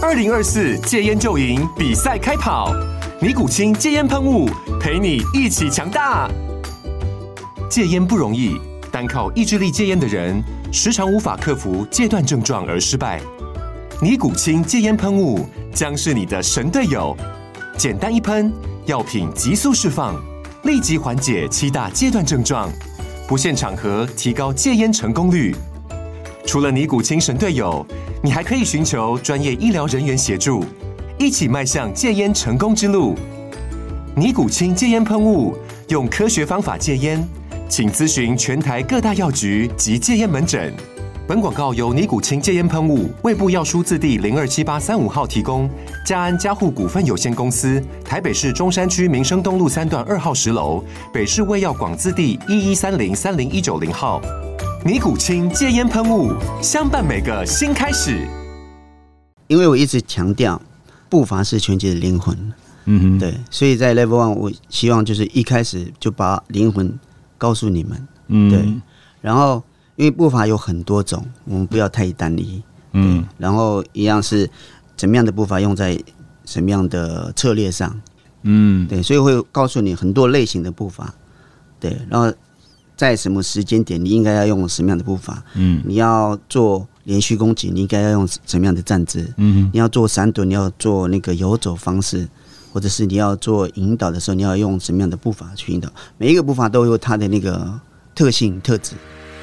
2024戒烟就赢比赛开跑，尼古清戒烟喷雾陪你一起强大。戒烟不容易，单靠意志力戒烟的人，时常无法克服戒断症状而失败。尼古清戒烟喷雾将是你的神队友，简单一喷，药品急速释放，立即缓解7大戒断症状，不限场合提高戒烟成功率。除了尼古清神队友，你还可以寻求专业医疗人员协助，一起迈向戒烟成功之路。尼古清戒烟喷雾，用科学方法戒烟，请咨询全台各大药局及戒烟门诊。本广告由尼古清戒烟喷雾、卫部药书字第027835号提供，嘉安嘉护股份有限公司，台北市中山区民生东路3段2号10楼，北市卫药广字第1130-30190号。尼古清戒烟喷雾，相伴每个新开始。 因为我一直强调，步伐是拳击的灵魂，对，所以在 Level 1，我希望就是一开始就把灵魂告诉你们，对，然后因为步伐有很多种，我们不要太单一，然后一样是怎么样的步伐用在什么样的策略上，对，所以会告诉你很多类型的步伐，对，然后在什么时间点你应该要用什么样的步伐，你要做连续攻击，你应该要用什么样的站姿，你要做闪躲，你要做那个游走方式，或者是你要做引导的时候，你要用什么样的步伐去引导，每一个步伐都有它的那个特性特质。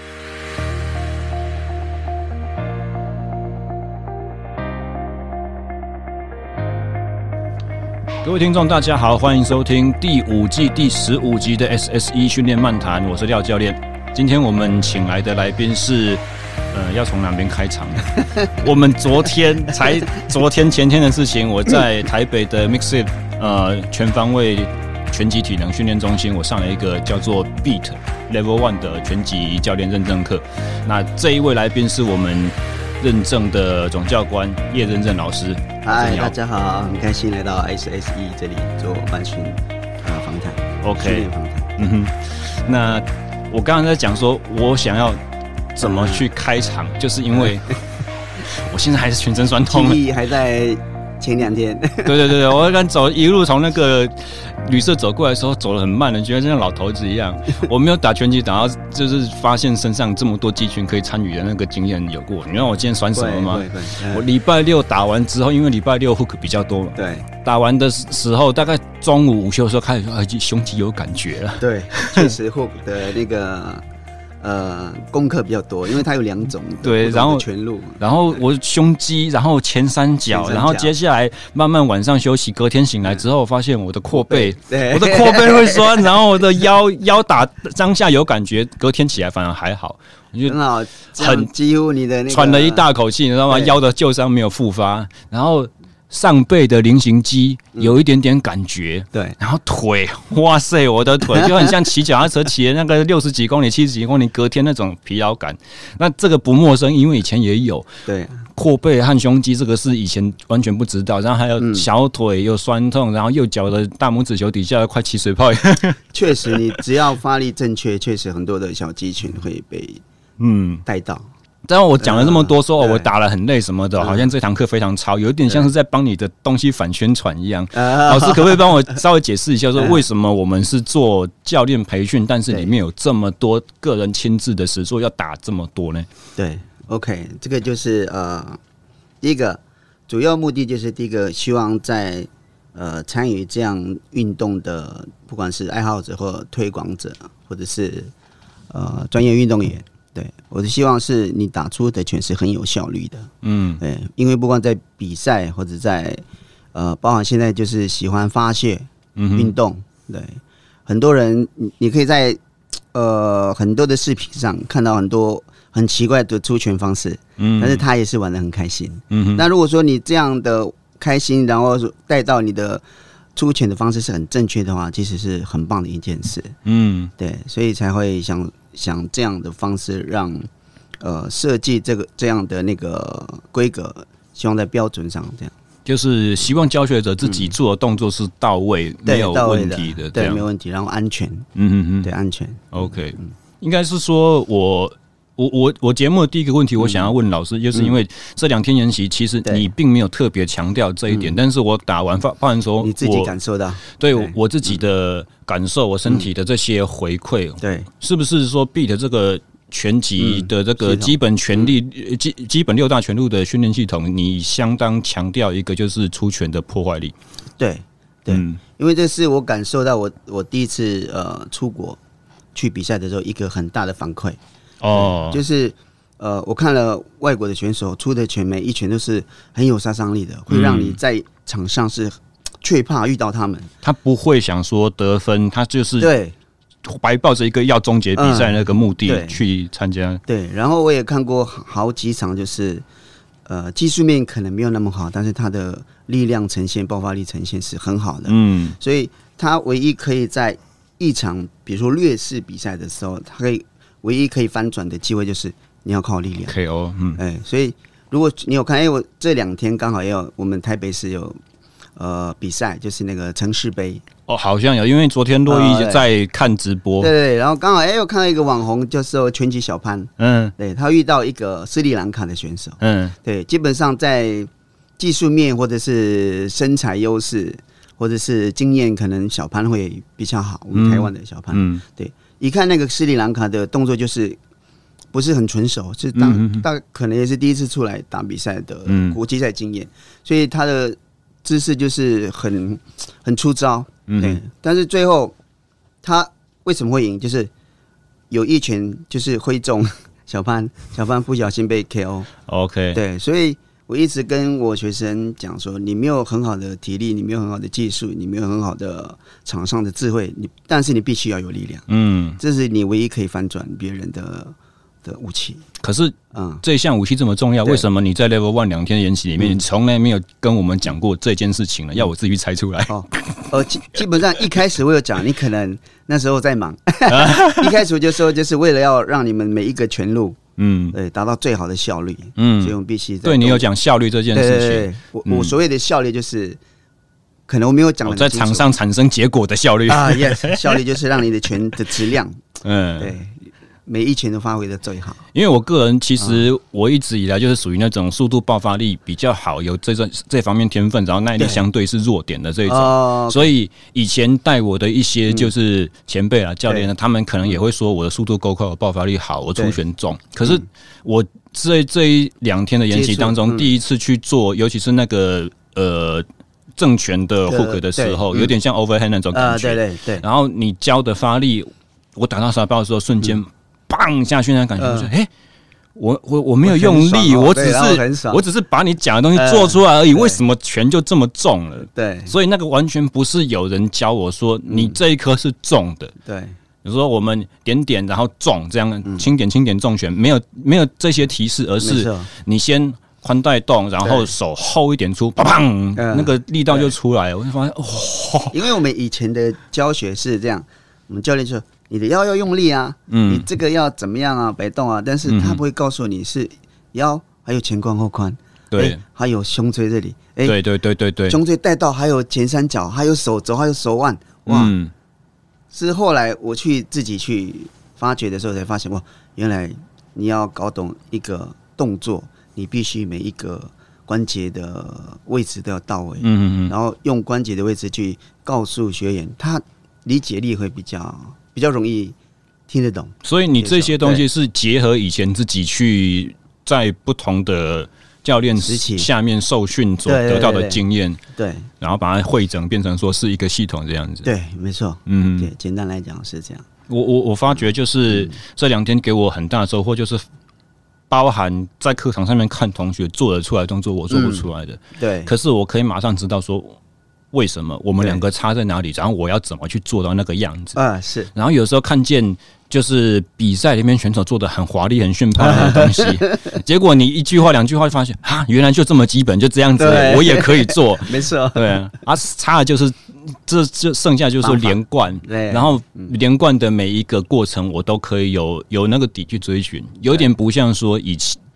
各位听众大家好，欢迎收听第5季第15集的 SSE 训练漫谈，我是廖教练。今天我们请来的来宾是要从哪边开场呢？我们昨天前天的事情，我在台北的 Mixit 全方位拳击体能训练中心，我上了一个叫做 Beat Level 1的拳击教练认证课。那这一位来宾是我们认证的总教官叶认证老师。 嗨，大家好，很开心来到 SSE 这里做班训访谈 ，OK， 训练访谈。 那我刚刚在讲说，我想要怎么去开场，就是因为我现在还是全身酸痛， 记忆还在前2天。 对，我刚走一路从那个旅社走过来的时候，走得很慢的，觉得像老头子一样。我没有打拳击打到，就是发现身上这么多肌群可以参与的那个经验有过。你知道我今天酸什么吗？我礼拜6打完之后，因为礼拜6 hook 比较多嘛，对，打完的时候大概中午午休的时候开始说，胸肌有感觉了。对， 确实 hook 的那个。功课比较多，因为它有2种， 对，然后全路， 然后我胸肌，然后前三角，然后接下来慢慢晚上休息，隔天醒来之后，发现我的阔背，我的阔背会酸，然后我的腰打当下有感觉，隔天起来反而还好，我觉得很几乎你的那个喘了一大口气，你知道吗？腰的旧伤没有复发，然后上背的菱形肌有一点点感觉，对，然后腿，哇塞，我的腿就很像骑脚踏车骑的那个60几公里、70几公里，隔天那种疲劳感。那这个不陌生，因为以前也有，对，阔背和胸肌这个是以前完全不知道，然后还有小腿有酸痛，然后右脚的大拇指球底下快起水泡。 确实，你只要发力正确，确实很多的小肌群会被带到。 但我讲了这么多说我打了很累什么的，好像这堂课非常超，有一点像是在帮你的东西反宣传一样。老师可不可以帮我稍微解释一下，说为什么我们是做教练培训，但是里面有这么多个人亲自的实作要打这么多呢？ 对 ，OK， 这个就是第一个主要目的就是第一个，希望在参与这样运动的，不管是爱好者或推广者，或者是专业运动员。对，我的希望是你打出的拳是很有效率的，对，因为不管在比赛或者在包含现在就是喜欢发泄运动，对，很多人你可以在很多的视频上看到很多很奇怪的出拳方式，但是他也是玩得很开心，那如果说你这样的开心，然后带到你的出拳的方式是很正确的话，其实是很棒的一件事，对，所以才会想这样的方式让设计这样的那个规格，希望在标准上这样， 就是希望教学者自己做的动作是到位，没有问题的， 对，没有问题，然后安全，对，安全 ，OK，应该是说我我节目的第一个问题，我想要问老师，就是因为这2天研习，其实你并没有特别强调这一点，但是我打完包含说你自己感受到， 对我自己的感受，我身体的这些回馈， 对， 是不是说 BEAT 这个拳击的这个基本权利、基本6大拳路的训练系统，你相当强调一个就是出拳的破坏力， 对，因为这是我感受到我第一次出国去比赛的时候一个很大的反馈。就是我看了外国的选手出的拳，每一拳都是很有杀伤力的，会让你在场上是却怕遇到他们。他不会想说得分，他就是对怀抱着一个要终结比赛那个目的去参加。 对，然后我也看过好几场，就是技术面可能没有那么好，但是他的力量呈现、爆发力呈现是很好的。所以他唯一可以在一场比如说劣势比赛的时候，他唯一可以翻转的机会就是你要靠力量 KO。 所以如果你有看，我这2天刚好也有我们台北市有比赛，就是那个城市杯。 好像有，因为昨天洛毅在看直播。 对，然后刚好有看到一个网红，就是拳击小潘。对，他遇到一个斯里兰卡的选手。对，基本上在技术面或者是身材优势或者是经验，可能小潘会比较好。我们台湾的小潘，对。一看那个斯里兰卡的动作，就是不是很纯熟，是大可能也是第一次出来打比赛的国际赛经验，所以他的姿势就是很出招，对。但是最后他为什么会赢？就是有一拳就是挥中小潘不小心被 KO。OK， 对，所以我一直跟我学生讲说，你没有很好的体力，你没有很好的技术，你没有很好的场上的智慧，但是你必须要有力量。这是你唯一可以翻转别人的武器。可是，这项武器这么重要，为什么你在 Level 1 2天研习里面，你从来没有跟我们讲过这件事情呢？要我自己去猜出来。基本上一开始我有讲，你可能那时候在忙，一开始我就说，就是为了要让你们每一个拳路。对，达到最好的效率。所以我们必须对你有讲效率这件事情。我所谓的效率就是，可能我没有讲在场上产生结果的效率啊。Yes， 效率就是让你的拳的质量，对，每一拳都发挥的最好。因为我个人其实我一直以来就是属于那种速度爆发力比较好，有这方面天分，然后耐力相对是弱点的这一种。所以以前带我的一些就是前辈啊、教练呢，他们可能也会说我的速度够快，我爆发力好，我出拳重。可是我这2天的研习当中，第一次去做，尤其是那个正拳的 hook 的时候，有点像 overhand 那种感觉。对。然后你教的发力，我打到沙包的时候，瞬间棒下去那感觉，我说我没有用力，我只是把你讲的东西做出来而已，为什么拳就这么重了？对，所以那个完全不是有人教我说你这一颗是重的。对，比如说我们点然后重这样轻点重拳，没有这些提示，而是你先宽带动，然后手厚一点出，砰，那个力道就出来了。我就发现因为我们以前的教学是这样，我们教练说你的腰要用力啊，你这个要怎么样啊，摆动啊，但是他不会告诉你是腰还有前宽后宽，对，还有胸椎这里，对，胸椎带到，还有前三角，还有手肘，还有手腕，哇，是后来我自己去发掘的时候才发现，哇，原来你要搞懂一个动作，你必须每一个关节的位置都要到位，然后用关节的位置去告诉学员，他理解力会比较容易听得懂。所以你这些东西是结合以前自己去在不同的教练下面受训所得到的经验，对，然后把它汇整变成说是一个系统这样子。对，没错，对，简单来讲是这样。我发觉就是这2天给我很大的收获，就是包含在课堂上面看同学做得出来的动作，我做不出来的，对，可是我可以马上知道说为什么我们2个差在哪里，然后我要怎么去做到那个样子啊？是。然后有时候看见就是比赛里面选手做的很华丽、很炫炮的东西，结果你1句话、2句话就发现啊，原来就这么基本，就这样子，我也可以做。没错，对啊，差的就是这剩下就是说连贯，然后连贯的每一个过程，我都可以有那个底去追寻，有点不像说之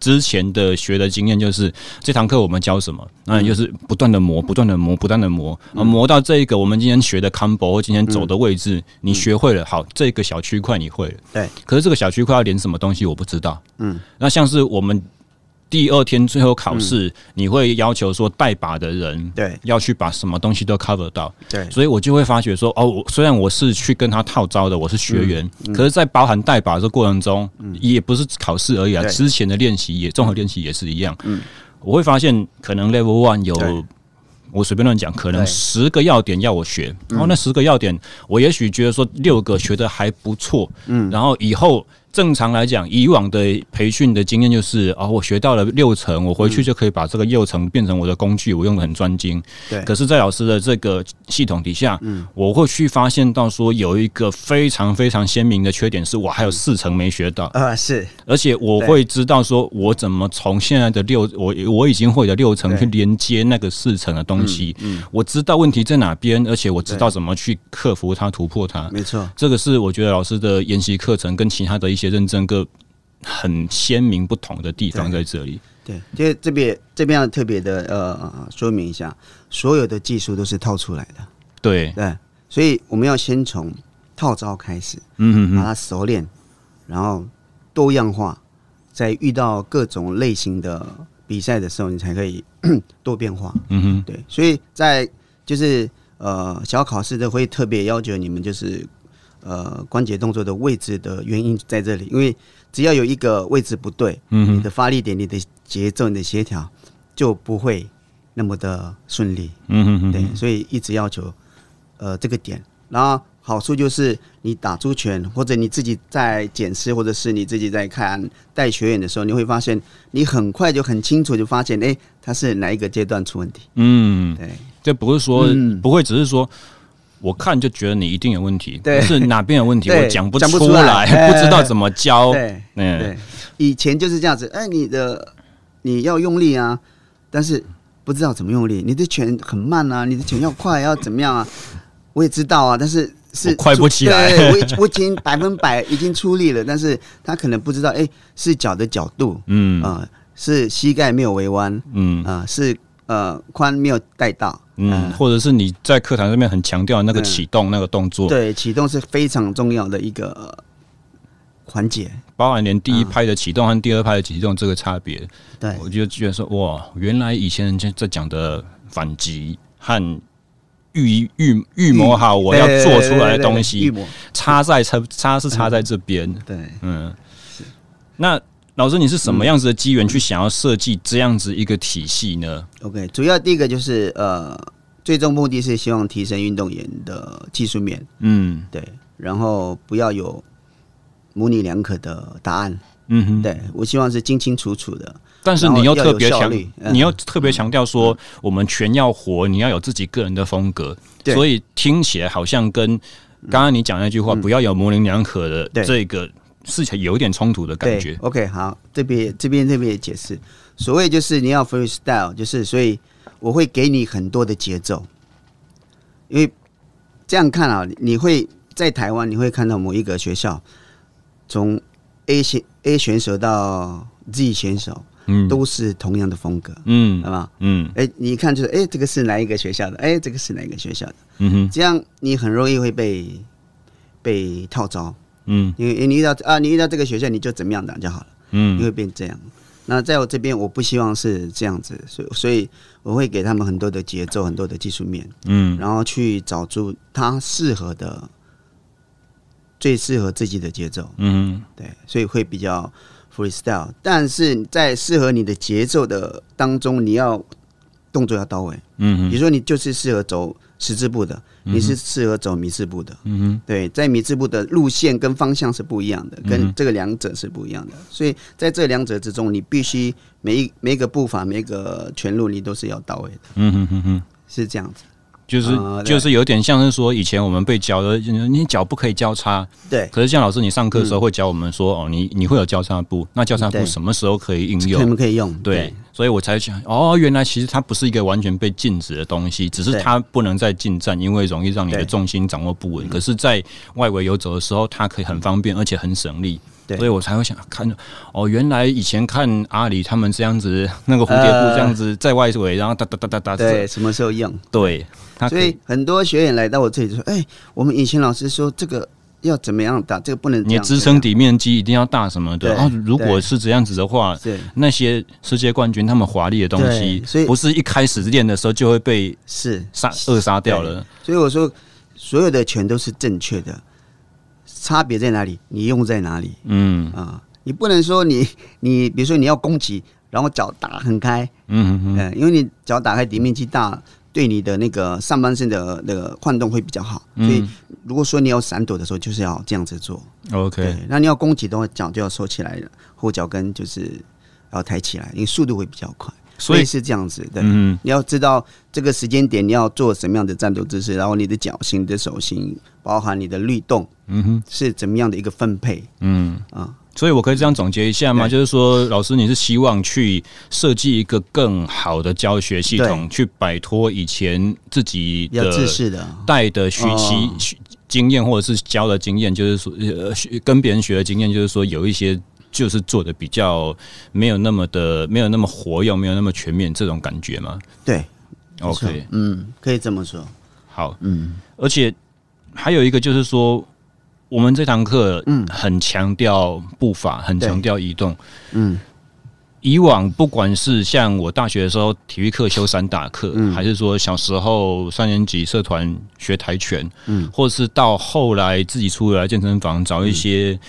之前的学的经验就是这堂课我们教什么，那你就是不断的磨，不断的磨，不断的磨，磨到这一个我们今天学的 combo 或今天走的位置，你学会了，好，这个小区块你会了， 对。 可是这个小区块要连什么东西我不知道，那像是我们第2天最后考试，你会要求说带把的人对要去把什么东西都 cover 到， 对， 所以我就会发觉说，哦，虽然我是去跟他套招的，我是学员，可是，在包含带把这过程中，也不是考试而已啊，之前的练习也综合练习也是一样，我会发现可能 level 1有。我随便乱讲，可能10个要点要我学，然后那10个要点，我也许觉得说6个学得还不错，然后以后正常来讲，以往的培训的经验就是，我学到了6成，我回去就可以把这个6成变成我的工具，我用得很专精。对。可是，在老师的这个系统底下，我会去发现到说有一个非常非常鲜明的缺点，是我还有4成没学到。 是。 而且我会知道说，我怎么从现在的我已经会的6成去连接那个4成的东西。我知道问题在哪边，而且我知道怎么去克服它、突破它。 没错。 这个是我觉得老师的研习课程跟其他的一些认证个很鲜明不同的地方在这里。 对，就这边要特别的说明一下，所有的技术都是套出来的。 对， 所以我们要先从套招开始，把它熟练，然后多样化，在遇到各种类型的比赛的时候，你才可以多变化。对，所以在就是小考试的会特别要求你们就是关节动作的位置的原因在这里，因为只要有一个位置不对，你的发力点、你的节奏、你的协调就不会那么的顺利。对，所以一直要求这个点。然后好处就是你打出拳，或者你自己在检视，或者是你自己在看带学员的时候，你会发现你很快就很清楚就发现，他是哪一个阶段出问题。对， 这不是说不会，只是说。我看就觉得你一定有问题， 对， 是哪边有问题，我讲不出来，不知道怎么教。 对，以前就是这样子，你要用力啊，但是不知道怎么用力，你的拳很慢啊，你的拳要快，要怎么样啊？我也知道啊，但是我快不起来。 我已经100%已经出力了，但是他可能不知道，是脚的角度，是膝盖没有微弯，是髋没有带到。 或者是你在课堂上面很强调那个启动那个动作， 对，启动是非常重要的一个环节， 包含连第1拍的启动和第2拍的启动这个差别。 对， 我就觉得说，哇，原来以前人家在讲的反击和预谋好我要做出来的东西，差在这边。 对， 那。老师，你是什么样子的机缘去想要设计这样子一个体系呢 ？OK， 主要第一个就是最终目的是希望提升运动员的技术面，对，然后不要有模棱两可的答案，对，我希望是清清楚楚的。 但是你又特别强调说，我们拳要活，你要有自己个人的风格，所以听起来好像跟刚刚你讲那句话，不要有模棱两可的这个。是有一点冲突的感觉。 OK， 好，这边也解释，所谓就是你要 freestyle， 就是所以我会给你很多的节奏，因为这样看啊，你会在台湾你会看到某一个学校从 A 选手到 Z 选手，都是同样的风格，好吧？你看就是这个是哪一个学校的？这个是哪一个学校的？这样你很容易会被套招。因为你遇到这个学校，你就怎么样打就好了。你会变这样。那在我这边，我不希望是这样子，所以我会给他们很多的节奏，很多的技术面，然后去找出他最适合自己的节奏。对，所以会比较 freestyle。但是在适合你的节奏的当中，你要动作要到位。比如说你就是适合走十字步的，你是适合走米字步的，对，在米字步的路线跟方向是不一样的，跟这个两者是不一样的，所以在这两者之中，你必须每一个步伐、每一个拳路，你都是要到位的，是这样子。 就是有点像是说，以前我们被教的，你脚不可以交叉。对。可是像老师，你上课的时候会教我们说，你会有交叉步，那交叉步什么时候可以应用？ 可以用。 对。所以我才想，原来其实它不是一个完全被禁止的东西，只是它不能再进站，因为容易让你的重心掌握不稳。可是，在外围游走的时候，它可以很方便，而且很省力。 对， 所以我才会想看哦，原来以前看阿里他们这样子，那个蝴蝶步这样子在外围，然后哒哒哒哒哒， 对，什么时候用？ 对， 所以很多学员来到我这里说：“哎，我们以前老师说这个要怎么样打，这个不能这样。” 你支撑底面积一定要大什么的。然后如果是这样子的话，那些世界冠军他们华丽的东西，不是一开始练的时候就会被扼杀掉了。 所以我说，所有的拳都是正确的。差别在哪里？你用在哪里？你不能说你比如说你要攻击，然后脚打很开，因为你脚打开底面积大，对你的那个上半身的那个晃动会比较好。所以如果说你要闪躲的时候，就是要这样子做。 OK， 那你要攻击的话，脚就要收起来了，后脚跟就是要抬起来，因为速度会比较快。所以是这样子，对，你要知道这个时间点你要做什么样的战斗姿势，然后你的脚型、你的手型，包含你的律动，是怎么样的一个分配， 所以我可以这样总结一下吗？就是说，老师你是希望去设计一个更好的教学系统，去摆脱以前自己的自视的带的经验，或者是教的经验，就是说跟别人学的经验，就是说有一些。就是做的比较没有那么活用，没有那么全面，这种感觉吗？ 对 ，OK， 可以这么说。 好，而且还有一个就是说，我们这堂课很强调步伐，很强调移动。以往不管是像我大学的时候体育课修3大课，还是说小时候3年级社团学跆拳，或者是到后来自己出来健身房找一些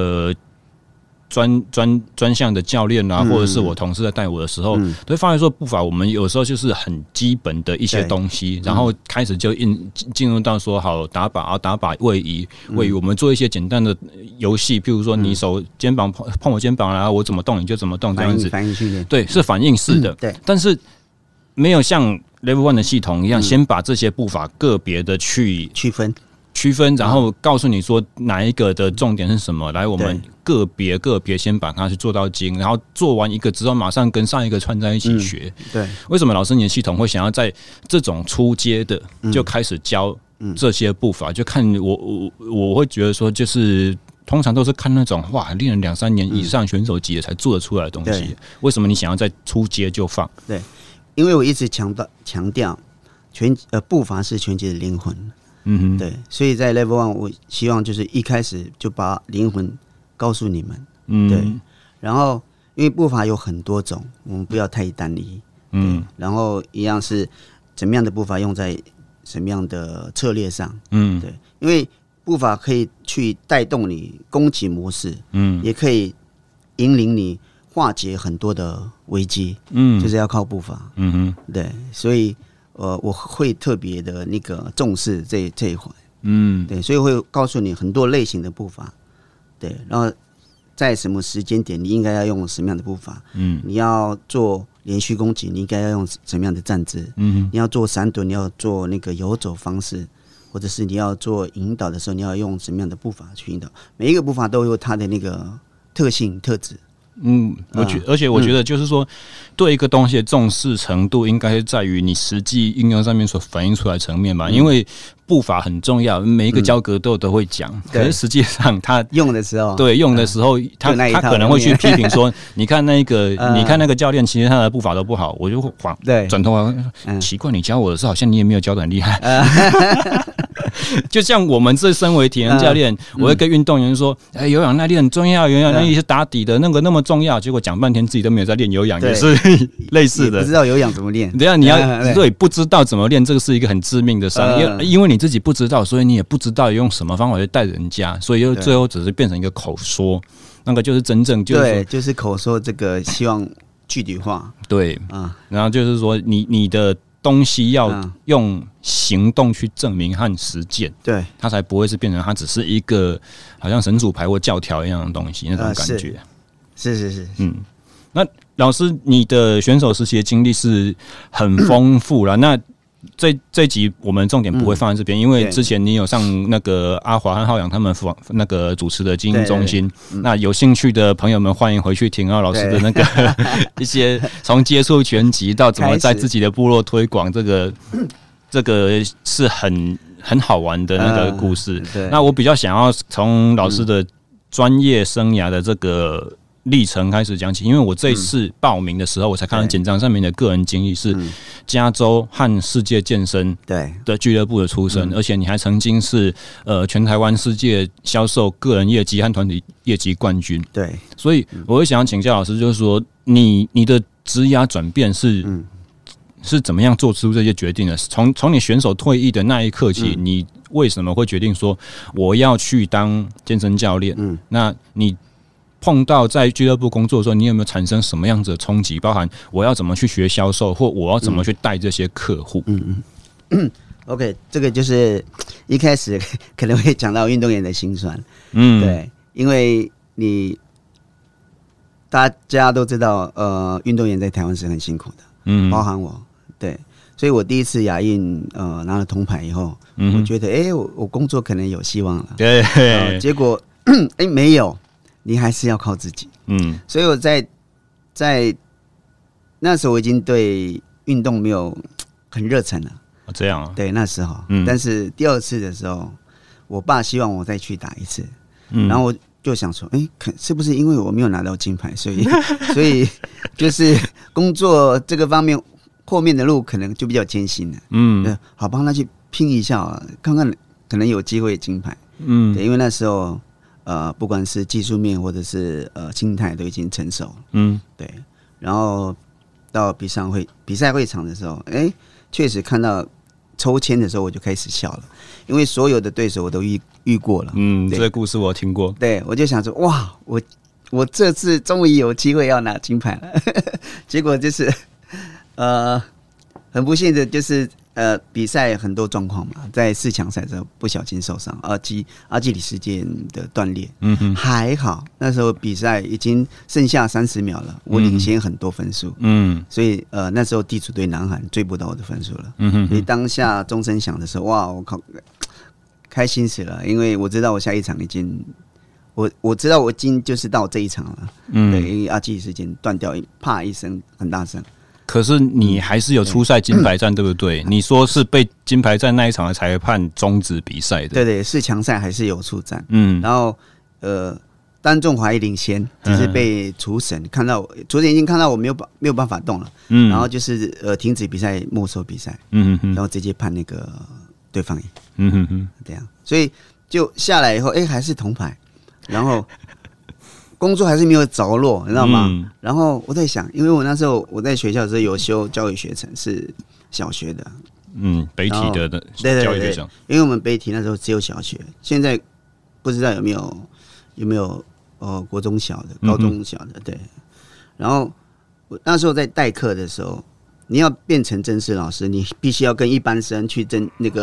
专项的教练啊，或者是我同事在带我的时候，都会发现说步伐我们有时候就是很基本的一些东西，然后开始就进入到说好打靶位移，我们做一些简单的游戏，譬如说你手肩膀碰我肩膀，然后我怎么动你就怎么动，这样子反应训练， 对，是反应式的， 对， 但是没有像 Level 1的系统一样，先把这些步伐个别的去区分，然后告诉你说哪一个的重点是什么，来我们个别先把它去做到精，然后做完一个之后马上跟上一个串在一起学。 对， 为什么老师你的系统会想要在这种初阶的就开始教这些步伐？就看我会觉得说，就是通常都是看那种哇练了2-3年以上选手级的才做得出来的东西。为什么你想要在初阶就放？ 对，因为我一直强调步伐是拳击的灵魂。对，所以在 Level 1，我希望就是一开始就把灵魂告诉你们，对。然后，因为步伐有很多种，我们不要太单一，然后一样是怎么样的步伐用在什么样的策略上，对。因为步伐可以去带动你攻击模式，也可以引领你化解很多的危机，就是要靠步伐，对，所以。我会特别的那个重视这一环，对，所以会告诉你很多类型的步伐，对，然后在什么时间点你应该要用什么样的步伐，你要做连续攻击，你应该要用什么样的站姿，你要做闪躲，你要做那个游走方式，或者是你要做引导的时候，你要用什么样的步伐去引导，每一个步伐都有它的那个特性特质。 而且我觉得就是说，对一个东西的重视程度，应该是在于你实际应用上面所反映出来的层面嘛。因为步伐很重要，每一个教格斗都会讲，可是实际上他用的时候， 他可能会去批评说，你看那个教练，其实他的步伐都不好，我就转头奇怪，你教我的时候，好像你也没有教得很厉害。就像我们这身为体能教练，我会跟运动员说：“有氧耐力很重要，有氧耐力是打底的，那个那么重要。”结果讲半天自己都没有在练有氧，也是类似的。 不知道有氧怎么练？ 对啊，你要对不知道怎么练，这个是一个很致命的伤，因为你自己不知道，所以你也不知道用什么方法去带人家，所以最后只是变成一个口说，那个就是真正就是口说这个希望具体化。 对然后就是说你的东西要用行动去证明和实践， 对， 它才不会是变成它只是一个好像神主牌或教条一样的东西那种感觉。 是， 那老师，你的选手时期的经历是很丰富了。那这集我们重点不会放在这边，因为之前你有上那个阿华和浩洋他们那个主持的精英中心，那有兴趣的朋友们欢迎回去听老师的那个一些从接触拳击到怎么在自己的部落推广，这个是很好玩的那个故事。那我比较想要从老师的专业生涯的这个历程开始讲起，因为我这一次报名的时候，我才看到简章上面的个人经历是加州和世界健身的俱乐部的出身，而且你还曾经是全台湾世界销售个人业绩和团体业绩冠军。 对， 所以我会想要请教老师，就是说你的职涯转变是怎么样做出这些决定的？从你选手退役的那一刻起，你为什么会决定说我要去当健身教练？那你碰到在俱乐部工作的时候，你有没有产生什么样子的冲击？包含我要怎么去学销售，或我要怎么去带这些客户 ？OK， 这个就是一开始可能会讲到运动员的辛酸。对，因为大家都知道，运动员在台湾是很辛苦的，包含我。对，所以我第一次亚运拿了铜牌以后，我觉得我工作可能有希望了。 对， 结果没有。你还是要靠自己，所以我在那时候我已经对运动没有很热忱了。 这样啊？ 对，那时候，但是第二次的时候，我爸希望我再去打一次，然后我就想说，是不是因为我没有拿到金牌，所以就是工作这个方面后面的路可能就比较艰辛了。好，帮他去拼一下，看看可能有机会金牌。对，因为那时候。不管是技术面或者是心态都已经成熟，对。然后到比赛会场的时候，确实看到抽签的时候我就开始笑了，因为所有的对手我都遇过了。 这个故事我听过。对， 我就想说，哇，我这次终于有机会要拿金牌了，结果就是很不幸的就是。比赛很多状况嘛，在4强赛的时候不小心受伤，阿基里斯腱的断裂。还好那时候比赛已经剩下30秒了，我领先很多分数。所以那时候地主队南韩追不到我的分数了。所以当下钟声响的时候，哇，我靠，开心死了，因为我知道我下一场已经，我知道我已经就是到这一场了。对，因为阿基里斯腱断掉，啪一声很大声。 可是你还是有出赛金牌战，对不对？你说是被金牌战那一场的裁判终止比赛的。 对，4强赛还是有出战。然后单中华领先，只是被主审看到，主审已经看到我没有办法动了。然后就是停止比赛，没收比赛。然后直接判那个对方赢。这样，所以就下来以后，还是铜牌。然后。工作还是没有着落，你知道吗？然后我在想，因为我那时候我在学校的时候有修教育学程，是小学的， 北体的教育学程。 因为我们北体那时候只有小学，现在不知道有没有国中小的、高中小的，对。然后我那时候在代课的时候，你要变成正式老师，你必须要跟一般生去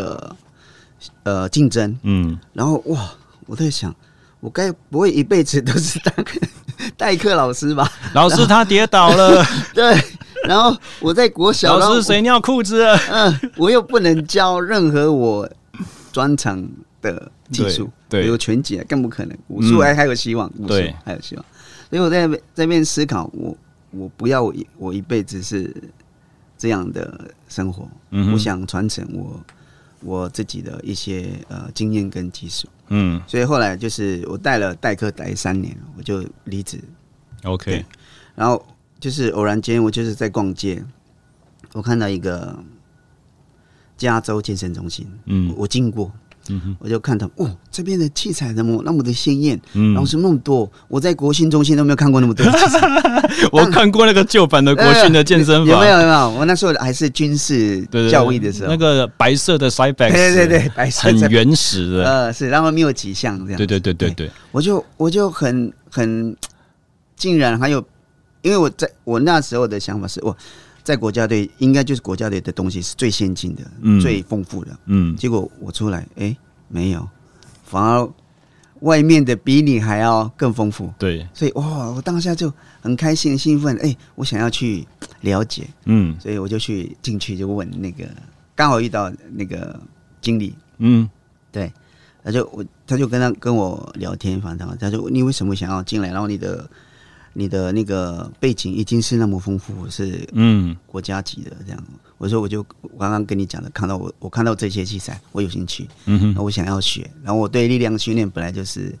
竞争。然后哇，我在想。我该不会一辈子都是当代课老师吧？ 老师他跌倒了， 对。然后我在国小， 老师谁尿裤子了？ 我又不能教任何我专长的技术，比如拳击更不可能，武术还有希望，武术还有希望。所以我在这边思考，我不要我一辈子是这样的生活，我想传承我自己的一些经验跟技术。所以后来就是我代课带3年，我就离职。 OK， 然后就是偶然间，我就是在逛街，我看到一个加州健身中心，我经过，我就看到这边的器材怎么那么的鲜艳，然后是那么多，我在国训中心都没有看过那么多器材。 我看过那个旧版的国训的健身房， 有没有？我那时候还是军事教育的时候， 那个白色的 Cybex， 对，白色很原始的， 是，然后没有几项这样。 对， 我就很竟然还有，因为我那时候的想法是，我在国家队应该就是国家队的东西是最先进的、最丰富的。结果我出来，没有，反而外面的比你还要更丰富。 对， 所以哇，我当下就很开心、兴奋，我想要去了解。所以我就进去就问那个，刚好遇到那个经理。对，他就跟我聊天，反正他说你为什么想要进来？然后你的那个背景已经是那么丰富，是国家级的这样。我说我刚刚跟你讲的，我看到这些器材，我有兴趣，我想要学。然后我对力量训练本来就是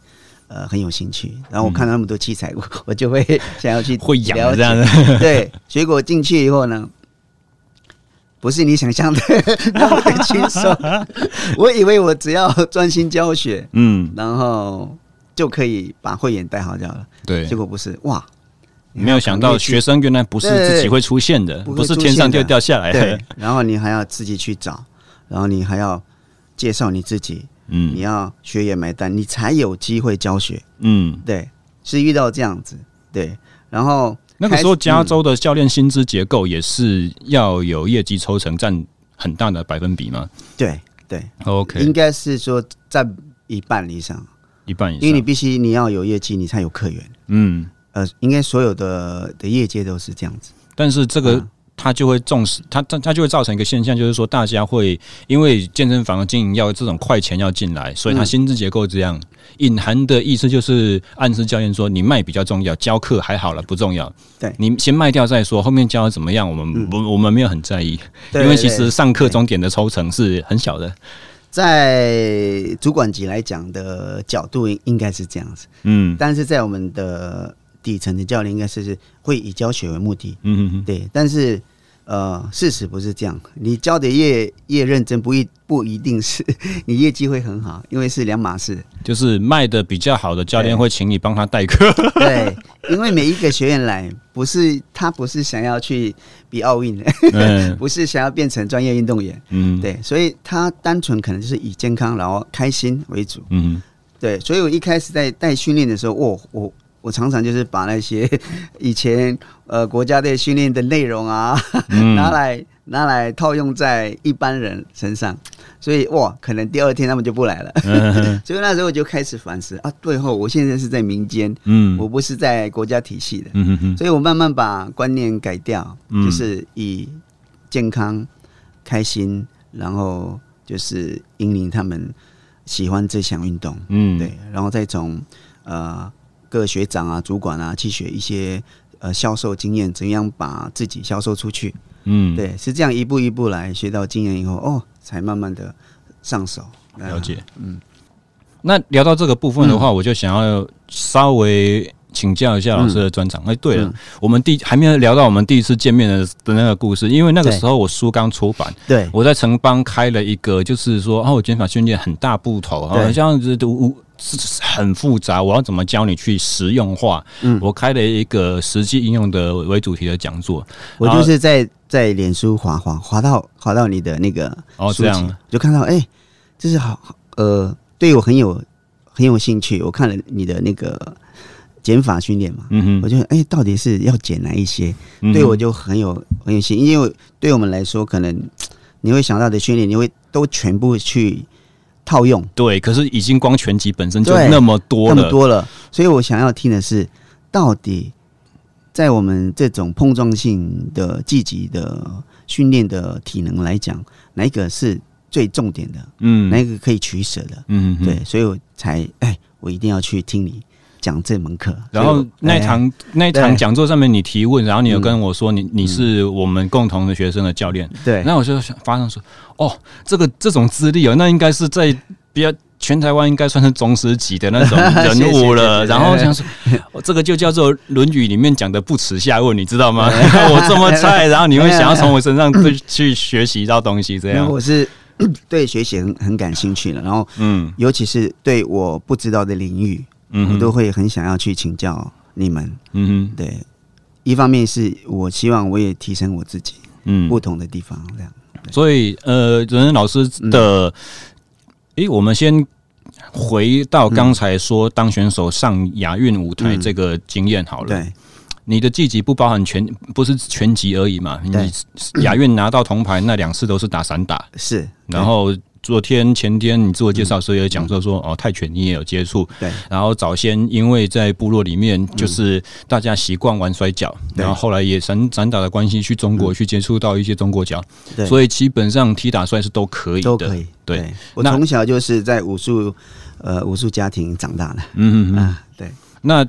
很有兴趣。然后我看到那么多器材，我就会想要去会痒了解这样的。 对，结果进去以后呢，不是你想象的那么的轻松。我以为我只要专心教学，然后就可以把会员带好就好了。 对， 结果不是，哇！ 没有想到学生原来不是自己会出现的，不是天上就掉下来的。 对，然后你还要自己去找，然后你还要介绍你自己，你要学员买单，你才有机会教学。对，是遇到这样子，对，然后那个时候加州的教练薪资结构也是要有业绩抽成占很大的百分比吗？ 对 ，OK， 应该是说占一半以上，因为你必须你要有业绩，你才有客源。应该所有的业界都是这样子， 但是这个它就会重视，它就会造成一个现象，就是说大家会因为健身房的经营要这种快钱要进来，所以它薪资结构这样。隐含的意思就是暗示教练说，你卖比较重要，教课还好了不重要。 对， 你先卖掉再说，后面教的怎么样，我们没有很在意，因为其实上课终点的抽成是很小的。 在主管级来讲的角度应该是这样子，但是在我们的底层的教练应该是会以教学为目的，对，但是事实不是这样，你教的越认真，不一定是你业绩会很好，因为是两码事。 就是卖的比较好的教练会请你帮他代课， 对，因为每一个学员来，他不是想要去比奥运的，不是想要变成专业运动员，对，所以他单纯可能就是以健康然后开心为主，对，所以我一开始在带训练的时候，我常常就是把那些以前国家队训练的内容啊，拿来套用在一般人身上，所以可能第二天他们就不来了。所以那时候我就开始反思啊，对后我现在是在民间，我不是在国家体系的，所以我慢慢把观念改掉，就是以健康、开心，然后就是引领他们喜欢这项运动，对，然后再从各学长啊、主管啊去学一些销售经验，怎样把自己销售出去。对，是这样一步一步来学到经验以后，才慢慢的上手。 了解。那聊到这个部分的话，我就想要稍微请教一下老师的专长。对了，我们还没有聊到我们第一次见面的那个故事，因为那个时候我书刚出版，对，我在城邦开了一个，就是说我减法训练很大部头，好像是很复杂，我要怎么教你去实用化？我开了一个实际应用的为主题的讲座。 我就是在脸书滑到你的那个书籍，这样就看到这是好对我很有兴趣。我看了你的那个减法训练嘛，我就到底是要减哪一些？对我就很有兴趣，因为对我们来说，可能你会想到的训练，你会都全部去套用。 对，可是已经光拳击本身就那么多了， 所以我想要听的是，到底在我们这种碰撞性的积极的训练的体能来讲，哪一个是最重点的？哪一个可以取舍的？对，所以我才我一定要去听你讲这门课。 然后那一场讲座上面你提问，然后你有跟我说你是我们共同的学生的教练，对，那我就发现说，这种资历那应该是在比较全台湾应该算是宗师级的那种人物了。然后想说，这个就叫做《论语》里面讲的不耻下问，你知道吗？我这么菜，然后你会想要从我身上去学习到东西，这样。 我是对学习很感兴趣的，然后尤其是对我不知道的领域，我都会很想要去请教你们。对，一方面是我希望我也提升我自己，不同的地方这样。 所以仁仁老师的，我们先回到刚才说当选手上亚运舞台这个经验好了。对，你的技击不包含不是拳击而已嘛？你亚运拿到铜牌那2次都是打散打， 是， 然后。前天你自我介绍的时候也讲说泰拳你也有接触，对。然后早先因为在部落里面，就是大家习惯玩摔跤，然后后来也散打的关系去中国去接触到一些中国脚，所以基本上踢打摔是都可以的，都可以。对， 我从小就是在武术家庭长大的，对。 那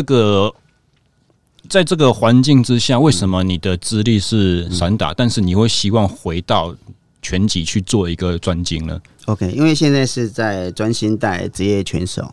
在这个环境之下，为什么你的资历是散打，但是你会希望回到拳击去做一个专精呢 ？OK， 因为现在是在专心带职业拳手，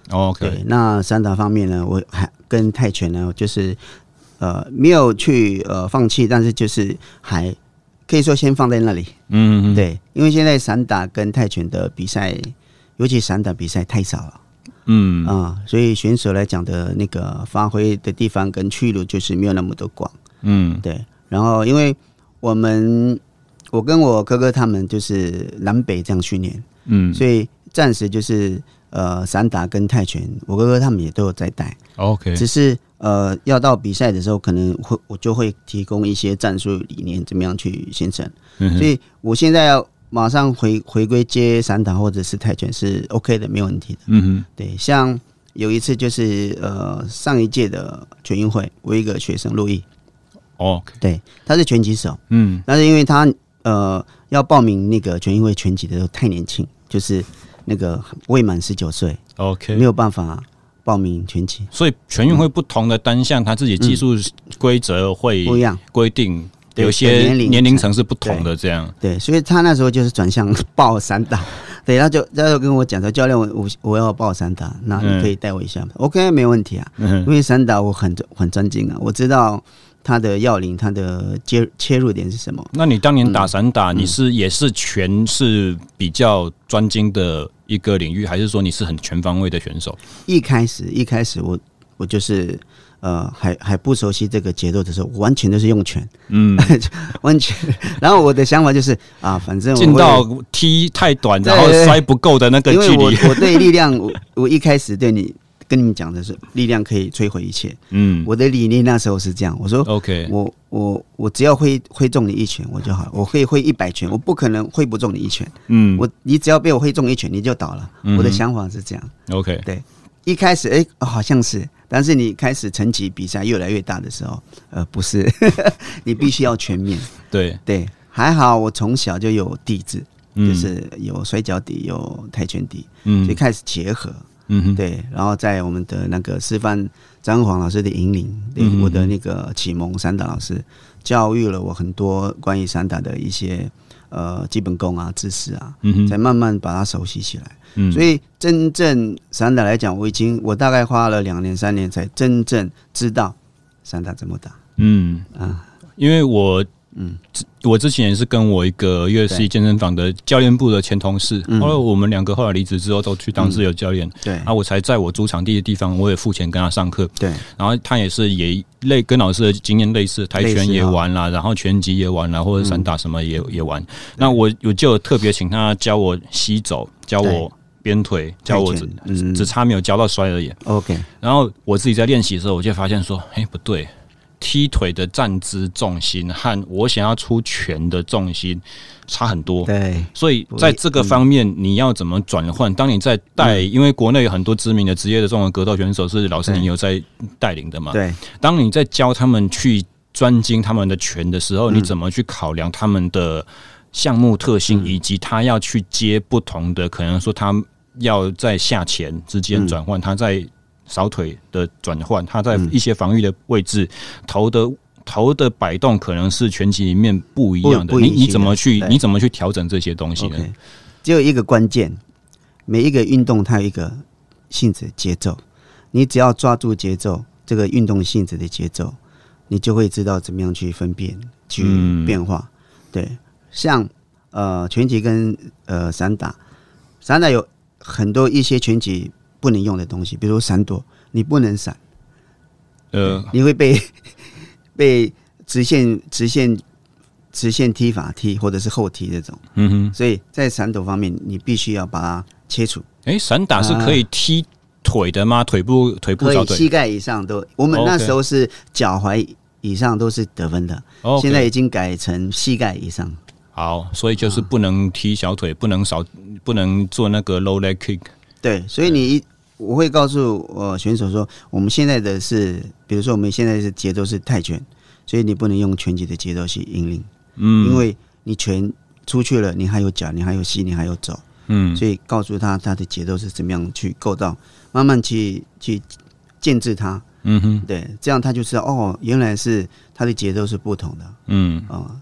OK， 对，那散打方面呢，我还跟泰拳呢，就是没有去放弃，但是就是还可以说先放在那里。 嗯， 对，因为现在散打跟泰拳的比赛，尤其散打比赛太少了。所以选手来讲的那个发挥的地方跟去路就是没有那么多广。对。然后因为我跟我哥哥他们就是南北这样训练，所以暂时就是散打跟泰拳，我哥哥他们也都有在带。 OK， 只是要到比赛的时候，可能我就会提供一些战术理念，怎么样去形成。所以我现在要马上回归接散打或者是泰拳是 OK 的，没有问题的。对，像有一次就是上一届的全运会，我一个学生陆毅 ，OK， 对，他是拳击手，但是因为他要报名那个全运会拳击的时候太年轻，就是那个未满19岁 ，OK， 没有办法报名拳击。 所以全运会不同的单项，他自己技术规则会不一样，规定有些年龄层是不同的，这样。 对，所以他那时候就是转向报散打。对，他就跟我讲说，教练，我要报散打，那你可以带我一下吗？OK， 没有问题啊，因为散打我很专精啊，我知道它的要领，它的切入点是什么。那你当年打散打，你也是拳是比较专精的一个领域，还是说你是很全方位的选手？ 一开始我就是还不熟悉这个节奏的时候，我完全都是用拳，完全。然后我的想法就是反正进到踢太短，然后摔不够的那个距离。 因为我对力量，我一开始跟你们讲的是力量可以摧毁一切。我的理念那时候是这样，我说 OK， 我只要会中你一拳我就好了，我可以会100拳，我不可能会不中你一拳。你只要被我会中一拳你就倒了。我的想法是这样。 OK， 对，一开始好像是。但是你开始层级比赛越来越大的时候，不是，你必须要全面。 对， 还好我从小就有底子，就是有摔跤底，有跆拳底，所以开始结合。对，然后在我们的那个师范张黄老师的引领，对我的那个启蒙散打老师，教育了我很多关于散打的一些基本功啊、知识啊，才慢慢把它熟悉起来。所以真正散打来讲，我大概花了2年3年才真正知道散打怎么打。 因为我之前也是跟我一个UFC健身房的教练部的前同事，后来我们2个后来离职之后都去当自由教练，对，然后我才在我租场地的地方，我也付钱跟他上课，对，然后他也是跟老师的经验类似，跆拳也玩啦，然后拳击也玩啦，或者散打什么也玩。那我就特别请他教我膝走，教我鞭腿，教我只差没有教到摔而已。 OK， 然后我自己在练习的时候，我就发现说，不对。踢腿的站姿重心和我想要出拳的重心差很多， 对， 所以在这个方面你要怎么转换？当你在带，因为国内有很多知名的职业的这种格斗选手是老师你有在带领的嘛？对，当你在教他们去专精他们的拳的时候，你怎么去考量他们的项目特性，以及他要去接不同的，可能说他要在下前之间转换，他在扫腿的转换，他在一些防御的位置，头的摆动可能是拳击里面不一样的。你怎么去调整这些东西呢？ Okay， 只有一个关键，每一个运动它有一个性质节奏，你只要抓住节奏，这个运动性质的节奏，你就会知道怎么样去分辨、去变化。对，像拳击跟散打有很多一些拳击不能用的东西，比如闪躲，你不能闪，你会被直线踢法踢或者是后踢这种，所以在闪躲方面，你必须要把它切除。 散打是可以踢腿的吗？腿部可以，膝盖以上都，我们那时候是脚踝以上都是得分的，现在已经改成膝盖以上。 好，所以就是不能踢小腿，不能做那个 low leg kick。对， 所以我会告诉选手说，我们现在的是，比如说我们现在是节奏是泰拳，所以你不能用拳击的节奏去引领，因为你拳出去了，你还有脚，你还有膝，你还有肘，所以告诉他的节奏是怎么样去构造，慢慢去建制它，对，这样他就知道原来是他的节奏是不同的，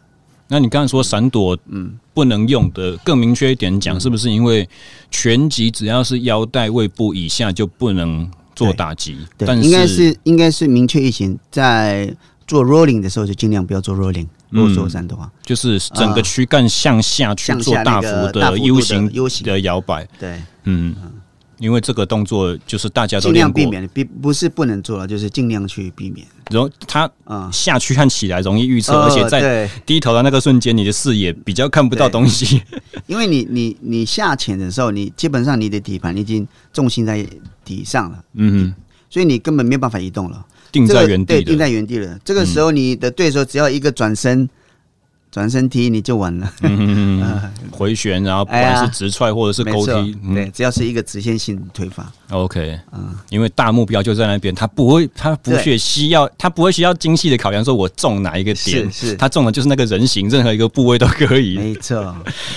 那你刚才说闪躲不能用的，更明确一点讲，是不是因为拳击只要是腰带胃部以下就不能做打击？ 对， 但应该是明确一些，在做 rolling 的时候就尽量不要做 rolling。如果说闪躲啊， 就是整个躯干向下去做大幅的 U 型的摇摆。 对， 因为这个动作就是大家都尽练过， 量避免，不是不能做了，就是尽量去避免。 然后它下去和起来容易预测，而且在低头的那个瞬间，你的视野比较看不到东西。 因为你下潜的时候，你基本上你的底盘已经重心在底上了，所以你根本没有办法移动了。 定在原地的， 对，定在原地了。这个时候，你的对手只要一个转身踢，你就完了。 回旋，然后不管是直踹或者是勾踢， 对，只要是一个直线性推法。 OK，因为大目标就在那边，他不会需要精细的考量，说我中哪一个点， 是他中的就是那个人形，任何一个部位都可以。 没错。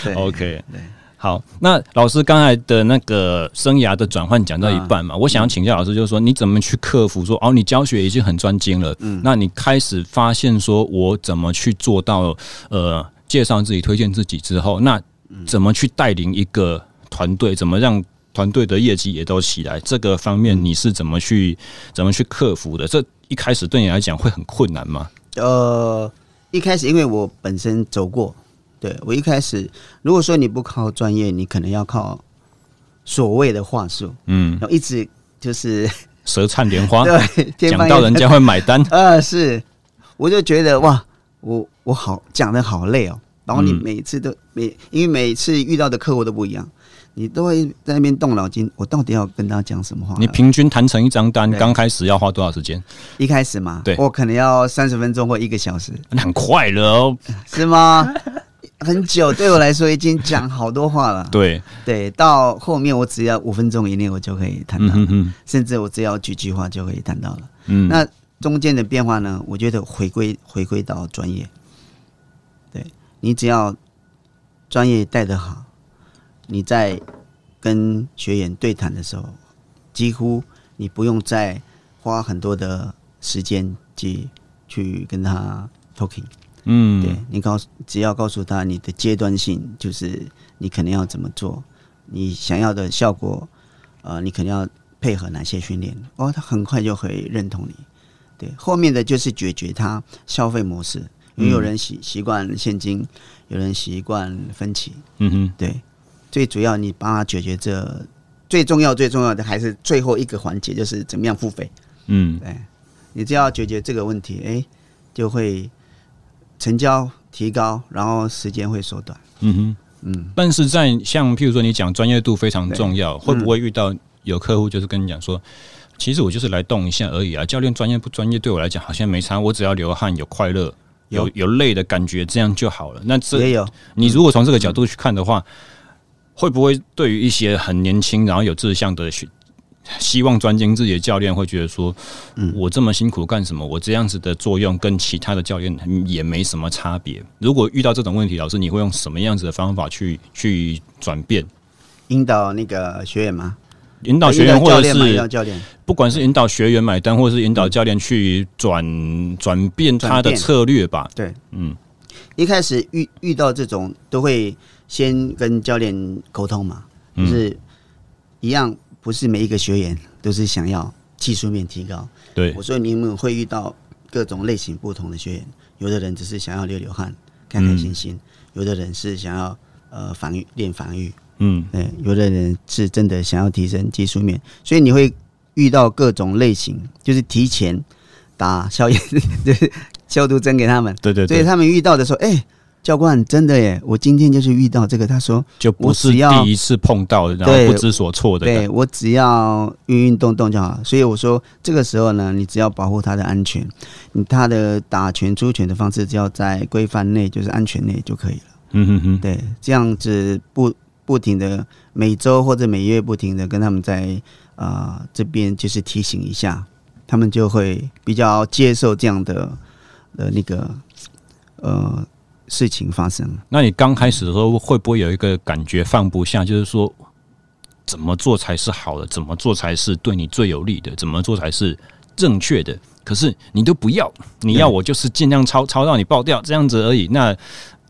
OK， 好，那老师刚才的那个生涯的转换讲到一半嘛，我想要请教老师，就是说你怎么去克服说你教学已经很专精了，那你开始发现说我怎么去做到介绍自己、推荐自己之后，那怎么去带领一个团队，怎么让团队的业绩也都起来？这个方面你是怎么去克服的？这一开始对你来讲会很困难吗？ 一开始因为我本身走过。对，我一开始，如果说你不靠专业，你可能要靠所谓的话术，然后一直就是舌灿莲花， 对， 讲到人家会买单。 是，我就觉得哇，我好讲得好累哦。然后你每次都因为每次遇到的客户都不一样，你都会在那边动脑筋，我到底要跟他讲什么话？ 你平均谈成一张单，刚开始要花多少时间？ 一开始嘛，对，我可能要30分钟或1个小时， 很快了哦， 是吗？很久，对我来说已经讲好多话了。 对， 到后面我只要5分钟以内我就可以谈到，甚至我只要几句话就可以谈到了。那中间的变化呢？我觉得回归到专业。对，你只要专业带得好，你在跟学员对谈的时候，几乎你不用再花很多的时间去跟他 talking。对，你只要告诉他你的阶段性，就是你可能要怎么做，你想要的效果，你可能要配合哪些训练，他很快就会认同你。对，后面的就是解决他消费模式，因为有人习惯现金，有人习惯分期，对，最主要你帮他解决这最重要的还是最后一个环节，就是怎么样付费。对，你只要解决这个问题，就会成交提高，然后时间会缩短。 但是在像譬如说你讲专业度非常重要，会不会遇到有客户就是跟你讲说，其实我就是来动一下而已啊，教练专业不专业对我来讲好像没差，我只要流汗有快乐有累的感觉，这样就好了。那这也有， 你如果从这个角度去看的话，会不会对于一些很年轻然后有志向的希望专精自己的教练会觉得说，我这么辛苦干什么？我这样子的作用跟其他的教练也没什么差别。如果遇到这种问题，老师你会用什么样子的方法去转变？ 引导那个学员吗？ 引导学员，或者是教练， 不管是引导学员买单，或者是引导教练去转变他的策略吧。 对，一开始遇到这种都会先跟教练沟通嘛，就是一样。不是每一个学员都是想要技术面提高。 对， 我说你们会遇到各种类型不同的学员，有的人只是想要流汗、开开心心，有的人是想要练防御，对，有的人是真的想要提升技术面，所以你会遇到各种类型，就是提前打消炎就是消毒针给他们， 对， 所以他们遇到的时候，教官真的耶！我今天就是遇到这个，他说就不是第一次碰到的，然后不知所措的。 对，我只要运动就好。所以我说这个时候呢，你只要保护他的安全，他的打拳出拳的方式只要在规范内，就是安全内就可以了。对，这样子不停的每周或者每月不停的跟他们在这边就是提醒一下，他们就会比较接受这样的那个事情发生。 那你刚开始的时候会不会有一个感觉放不下，就是说怎么做才是好的，怎么做才是对你最有利的，怎么做才是正确的，可是你都不要，你要我就是尽量抄到你爆掉这样子而已。那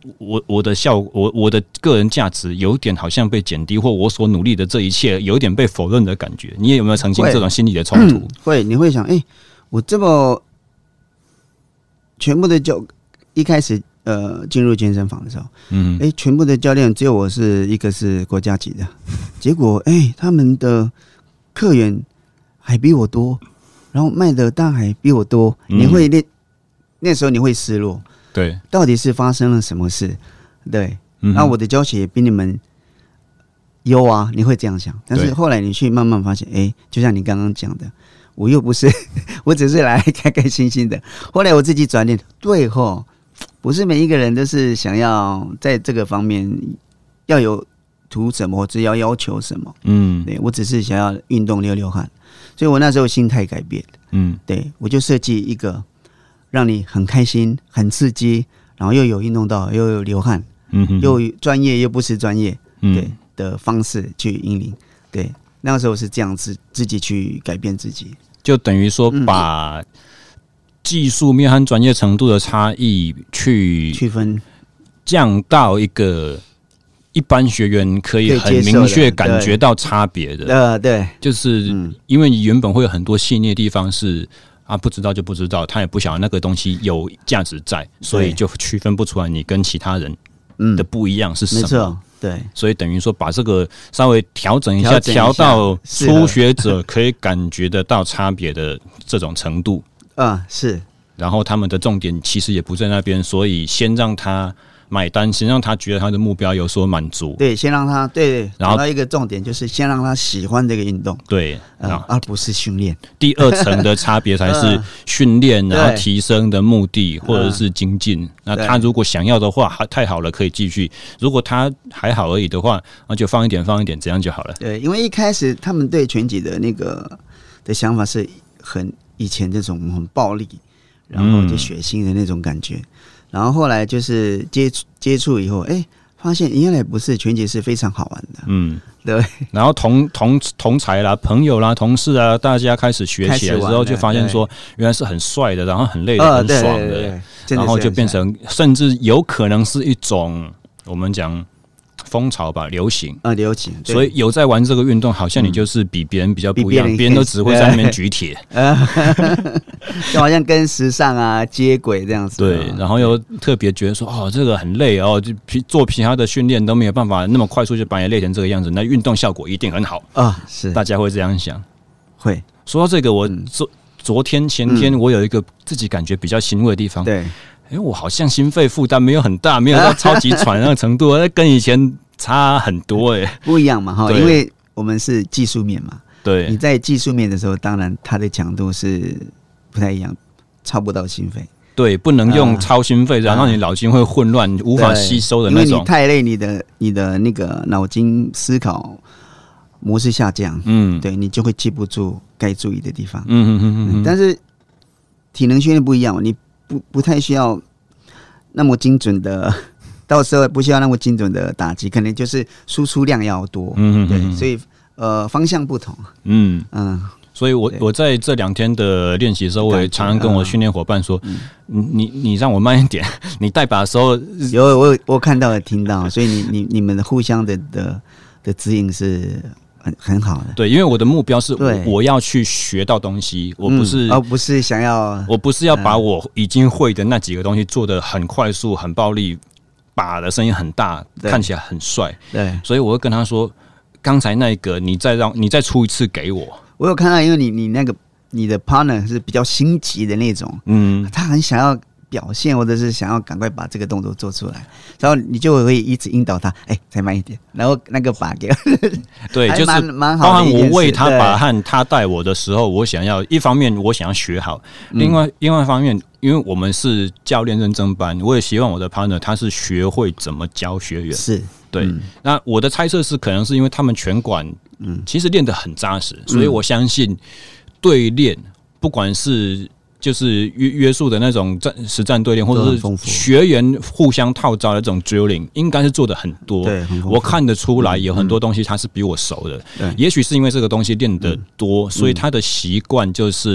我的个人价值有点好像被减低，或我所努力的这一切有点被否认的感觉。你也有没有曾经这种心理的冲突？ 会，你会想，我这么全部的一开始进入健身房的时候，全部的教练只有我是一个是国家级的，结果他们的客源还比我多，然后卖的单还比我多，你会那时候你会失落， 对， 到底是发生了什么事？对，那我的教学也比你们优啊，你会这样想，但是后来你去慢慢发现，就像你刚刚讲的，我又不是，我只是来开开心心的。后来我自己转念，对吼。不是每一个人都是想要在这个方面要有图什么，或者要求什么。对，我只是想要运动流汗，所以我那时候心态改变。对，我就设计一个让你很开心、很刺激，然后又有运动到，又有流汗，又专业又不是专业，对的方式去引领。对，那时候是这样子自己去改变自己， 就等于说把技术面和专业程度的差异区分降到一个一般学员可以很明确感觉到差别的。 对， 就是因为你原本会有很多细腻的地方是不知道就不知道，他也不晓得那个东西有价值在，所以就区分不出来你跟其他人的不一样是什么。 没错，对， 所以等于说把这个稍微调整一下，调到初学者可以感觉得到差别的这种程度。 是， 然后他们的重点其实也不在那边，所以先让他买单，先让他觉得他的目标有所满足。 对，先让他然后到一个重点就是先让他喜欢这个运动， 对， 而不是训练。 第二层的差别才是训练，然后提升的目的或者是精进。那他如果想要的话，太好了，可以继续；如果他还好而已的话，那就放一点，这样就好了。 对，因为一开始他们对拳击的那个的想法是很以前这种很暴力，然后就血腥的那种感觉，然后后来就是接触以后，发现原来不是，拳击是非常好玩的。对。 然后同才啦、朋友啦、同事啊，大家开始学起来之后，就发现说原来是很帅的，然后很累的、很爽的，然后就变成甚至有可能是一种我们讲风潮吧，流行。所以有在玩这个运动，好像你就是比别人比较不一样，别人都只会在那边举铁， 就好像跟时尚接轨这样子。 对，然后又特别觉得说，这个很累哦，就做其他的训练都没有办法那么快速就把你累成这个样子，那运动效果一定很好是， 大家会这样想。 会说到这个，我昨天前天我有一个自己感觉比较欣慰的地方。 对。 我好像心肺负担没有很大，没有到超级喘那个程度，跟以前差很多不一样嘛因为我们是技术面嘛， 对， 你在技术面的时候，当然它的强度是不太一样，超不到心肺， 对，不能用超心肺，然后你脑筋会混乱，无法吸收的那种， 因为你太累，你的那个脑筋思考模式下降，对，你就会记不住该注意的地方，但是体能训练不一样，你不太需要那么精准的，到时候不需要那么精准的打击，可能就是输出量要多，对，所以方向不同， 所以我在这2天的练习的时候，我也常常跟我训练伙伴说，你让我慢一点，你带把的时候我看到了听到，所以你们的互相的指引是很好的。 对，因为我的目标是我要去学到东西，我不是不是想要， 我不是要把我已经会的那几个东西做得很快速、很暴力，把的声音很大，看起来很帅。 对， 所以我会跟他说，刚才那个你再出一次给我。 我有看到，因为你的 partner 是比较心急的那种，他很想要表现，或者是想要赶快把这个动作做出来，然后你就会一直引导他，再慢一点，然后那个把给对，就是蛮好的一件事。 包含我喂他把和他带我的时候，我想要一方面我想要学好，另外一方面，因为我们是教练认证班，我也希望我的 partner 他是学会怎么教学员。 是， 对。那我的猜测是，可能是因为他们拳馆其实练得很扎实，所以我相信对练，不管是就是约束的那种实战对练，或者是学员互相套招的这种 drilling， 应该是做的很多。 对， 我看得出来有很多东西他是比我熟的。也许是因为这个东西练得多，所以他的习惯就是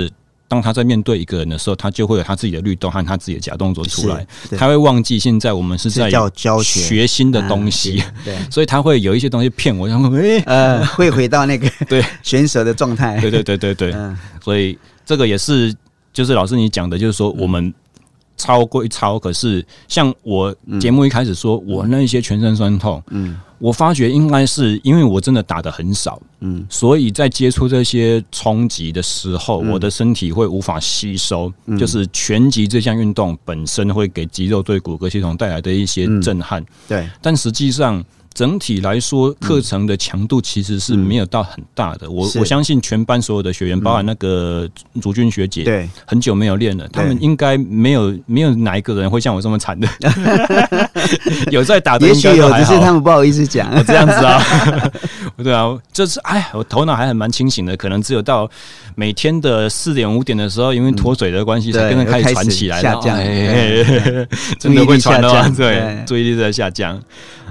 当他在面对一个人的时候，他就会有他自己的律动和他自己的假动作出来，他会忘记现在我们是在学新的东西， 对， 所以他会有一些东西骗我，然后会回到那个对选手的状态， 对，所以这个也是就是老师你讲的，就是说我们超归超，可是像我节目一开始说，我那一些全身酸痛，我发觉应该是因为我真的打得很少，所以在接触这些冲击的时候，我的身体会无法吸收，就是拳击这项运动本身会给肌肉对骨骼系统带来的一些震撼， 对， 但实际上。整体来说，课程的强度其实是没有到很大的。我相信全班所有的学员，包含那个竹君学姐， 对， 很久没有练了，他们应该没有哪一个人会像我这么惨的。有在打的， 也许有，只是他们不好意思讲。 这样子啊，对啊，就是我头脑还很蛮清醒的，可能只有到每天的4点5点的时候，因为脱水的关系，才跟着开始传起来， 下降， 真的会传的吗？对，注意力在下降。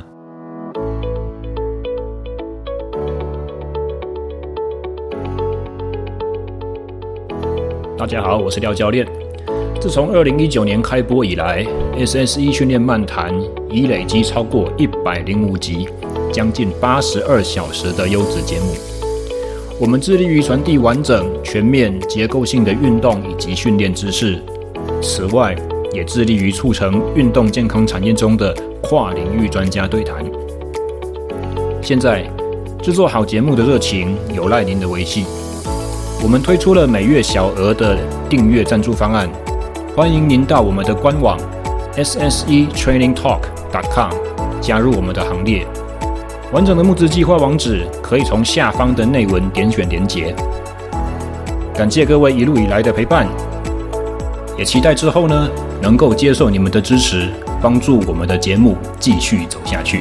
大家好，我是廖教练。自从2019年开播以来 ，SSE 训练漫谈已累积超过105集，将近82小时的优质节目。我们致力于传递完整、全面、结构性的运动以及训练知识。此外，也致力于促成运动健康产业中的跨领域专家对谈。现在，制作好节目的热情有赖您的维系。我们推出了每月小额的订阅赞助方案，欢迎您到我们的官网 SSETrainingTalk.com 加入我们的行列。完整的募资计划网址可以从下方的内文点选连结。感谢各位一路以来的陪伴，也期待之后呢能够接受你们的支持，帮助我们的节目继续走下去。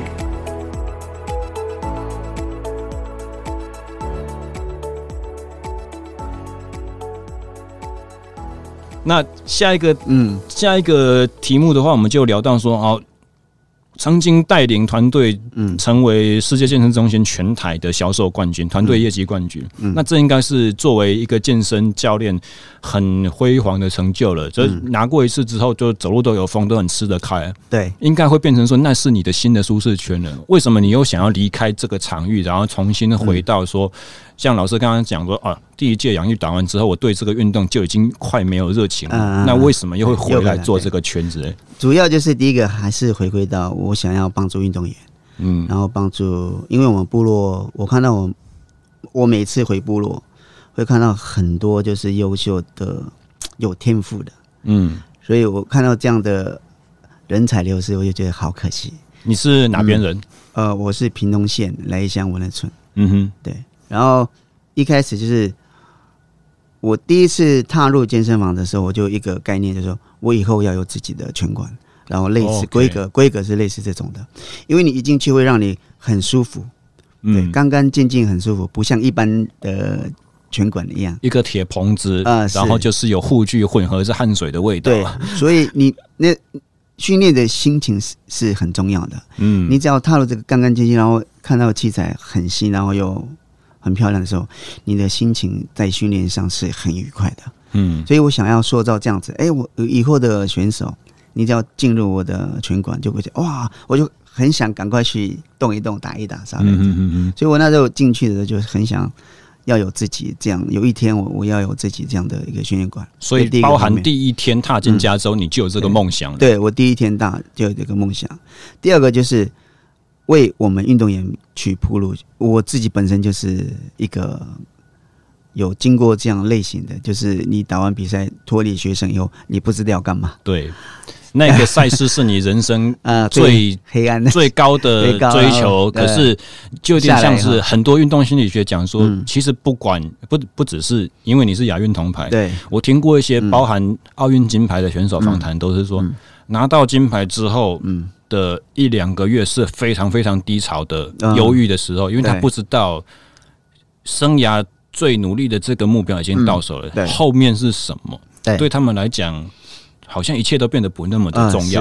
那下一个题目的话，我们就聊到说，曾经带领团队成为世界健身中心全台的销售冠军，团队业绩冠军。那这应该是作为一个健身教练很辉煌的成就了。这拿过一次之后，就走路都有风，都很吃得开。 对， 应该会变成说那是你的新的舒适圈了。为什么你又想要离开这个场域，然后重新回到说？像老师刚刚讲说第一届亚运打完之后，我对这个运动就已经快没有热情了。那为什么又会回来做这个圈子呢？ 主要就是第一个还是回归到我想要帮助运动员，然后帮助，因为我们部落，我看到我每次回部落会看到很多就是优秀的、有天赋的，所以我看到这样的人才流失，我就觉得好可惜。 你是哪边人？ 我是屏东县来义乡文乐村。对。然后一开始就是我第一次踏入健身房的时候，我就一个概念，就是说我以后要有自己的拳馆，然后类似规格是类似这种的，因为你一进去会让你很舒服，对，干干净净很舒服，不像一般的拳馆一样， 一个铁棚子，然后就是有护具混合是汗水的味道。 对，所以你那训练的心情是很重要的。你只要踏入这个干干净净，然后看到器材很新，然后又很漂亮的时候，你的心情在训练上是很愉快的。所以我想要塑造这样子，我以后的选手，你只要进入我的拳馆，就会觉得哇，我就很想赶快去动一动、打一打啥的。所以我那时候进去的时候就很想要有自己这样，有一天我要有自己这样的一个训练馆。 所以包含第一天踏进加州，你就有这个梦想了。 对，我第一天就有这个梦想。第二个就是为我们运动员去铺路，我自己本身就是一个有经过这样类型的，就是你打完比赛脱离学生以后，你不知道要干嘛。 对，那个赛事是你人生最黑暗的、 最高的追求。可是就有点像是很多运动心理学讲说，其实不只是因为你是亚运铜牌。 对， 我听过一些包含奥运金牌的选手访谈，都是说拿到金牌之后。的1-2个月是非常非常低潮的忧郁的时候，因为他不知道生涯最努力的这个目标已经到手了，后面是什么？对他们来讲，好像一切都变得不那么的重要。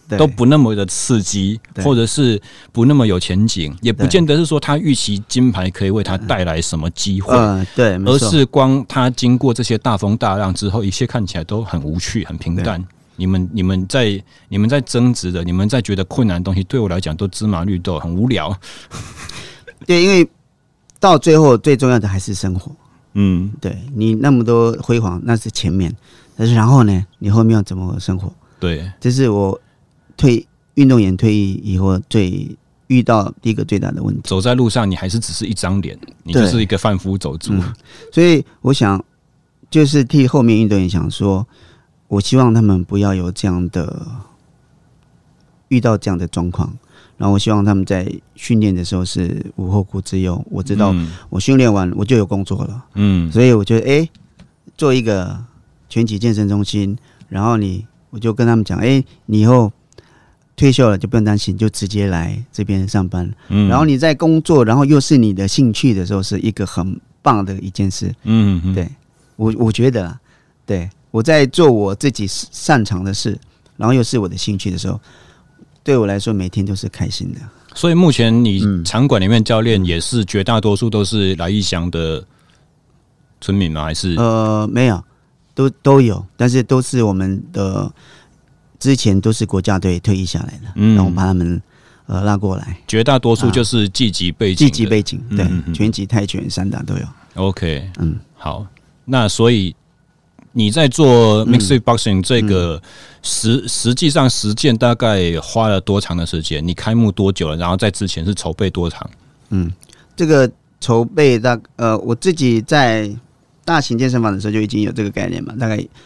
都不那么的刺激，或者是不那么有前景，也不见得是说他预期金牌可以为他带来什么机会， 对， 而是光他经过这些大风大浪之后，一切看起来都很无趣、很平淡。你们在争执的，你们在觉得困难的东西，对我来讲都芝麻绿豆，很无聊。 对，因为到最后最重要的还是生活。对，你那么多辉煌那是前面，但是然后呢，你后面要怎么生活？ 对， 这是我运动员退役以后遇到第一个最大的问题。 走在路上，你还是只是一张脸，你就是一个贩夫走卒。 所以我想，就是替后面运动员想说，我希望他们不要有这样的遇到这样的状况。然后我希望他们在训练的时候是无后顾之忧。我知道我训练完我就有工作了，所以我觉得做一个拳击健身中心，然后我就跟他们讲，你以后退休了就不用担心，就直接来这边上班。然后你在工作，然后又是你的兴趣的时候，是一个很棒的一件事。对，我觉得啦，对，我在做我自己擅长的事，然后又是我的兴趣的时候，对我来说每天都是开心的。 所以目前你场馆里面教练也是绝大多数都是来义乡的村民吗？还是没有，都有，但是都是我们的之前都是国家队退役下来的，然后把他们拉过来。 绝大多数就是技击背景， 对，拳击、泰拳、散打都有。 OK， 好，那所以你在做 Mixed Boxing 这个实际上实践大概花了多长的时间？你开幕多久了？然后在之前是筹备多长？ 这个筹备我自己在大型健身房的时候就已经有这个概念嘛，大概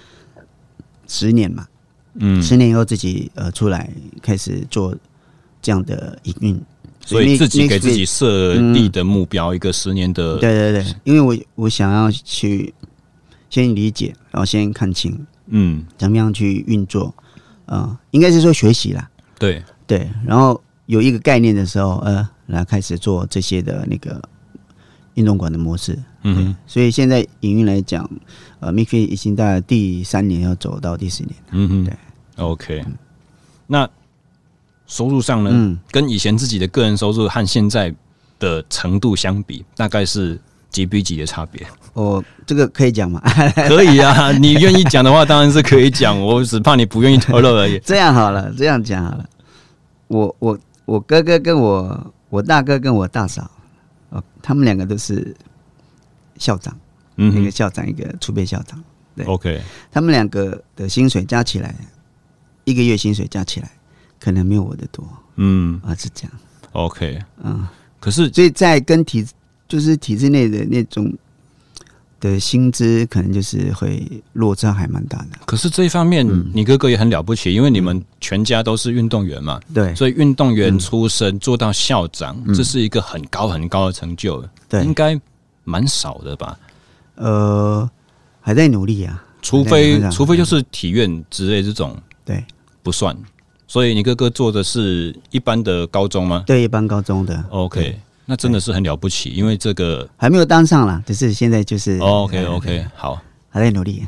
10年嘛。10年以后自己出来开始做这样的营运， 所以自己给自己设立的目标一个10年的。 对，因为我想要去先理解，然后先看清，怎么样去运作，应该是说学习啦。对，然后有一个概念的时候，来开始做这些的那个运动馆的模式。所以现在营运来讲，Mixed 已经大概第3年要走到第4年。对 ，OK。那收入上呢，跟以前自己的个人收入和现在的程度相比，大概是几比几的差别？ 这个可以讲吗？ 可以啊，你愿意讲的话当然是可以讲，我只怕你不愿意透露而已。 这样好了，这样讲好了。我哥哥跟我大哥跟我大嫂，他们2个都是校长，一个校长，一个储备校长。对 ，OK， 他们2个的薪水加起来，1个月薪水加起来，可能没有我的多。是这样。 OK， 可是所以在跟体制内的那种的薪资，可能就是会落差还蛮大的。 可是这一方面，你哥哥也很了不起，因为你们全家都是运动员嘛。对，所以运动员出身做到校长，这是一个很高很高的成就。对，应该蛮少的吧？ 还在努力啊。 除非就是体院之类这种，对，不算。所以你哥哥做的是一般的高中吗？ 对，一般高中的。 OK， 那真的是很了不起，因为这个还没有当上啦，只是现在就是。 OK， 好， 还在努力。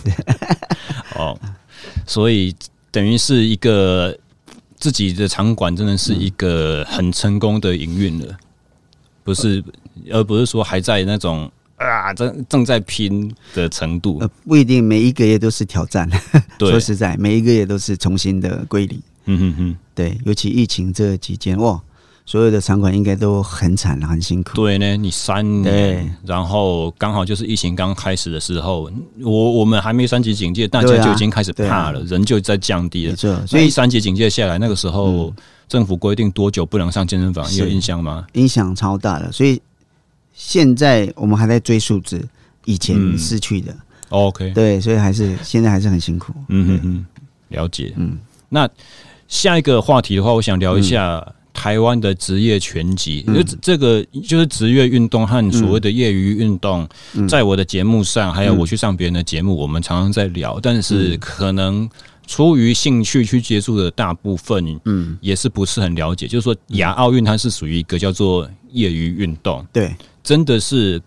所以等于是一个自己的场馆，真的是一个很成功的营运了，而不是说还在那种正在拼的程度。 不一定每一个月都是挑战。说实在，每一个月都是重新的归零。对，尤其疫情这期间，所有的场馆应该都很惨了，很辛苦。 对呢，你3年，然后刚好就是疫情刚开始的时候，我们还没3级警戒，大家就已经开始怕了，人就在降低了。所以3级警戒下来，那个时候政府规定多久不能上健身房，你有印象吗？ 影响超大的，所以现在我们还在追数字，以前失去的。 OK， 对，所以现在还是很辛苦。 了解。那下一个话题的话，我想聊一下台湾的职业拳击，因为这个就是职业运动和所谓的业余运动，在我的节目上，还有我去上别人的节目，我们常常在聊，但是可能出于兴趣去接触的大部分，也是不是很了解。就是说，亚奥运它是属于一个叫做业余运动，对，真的是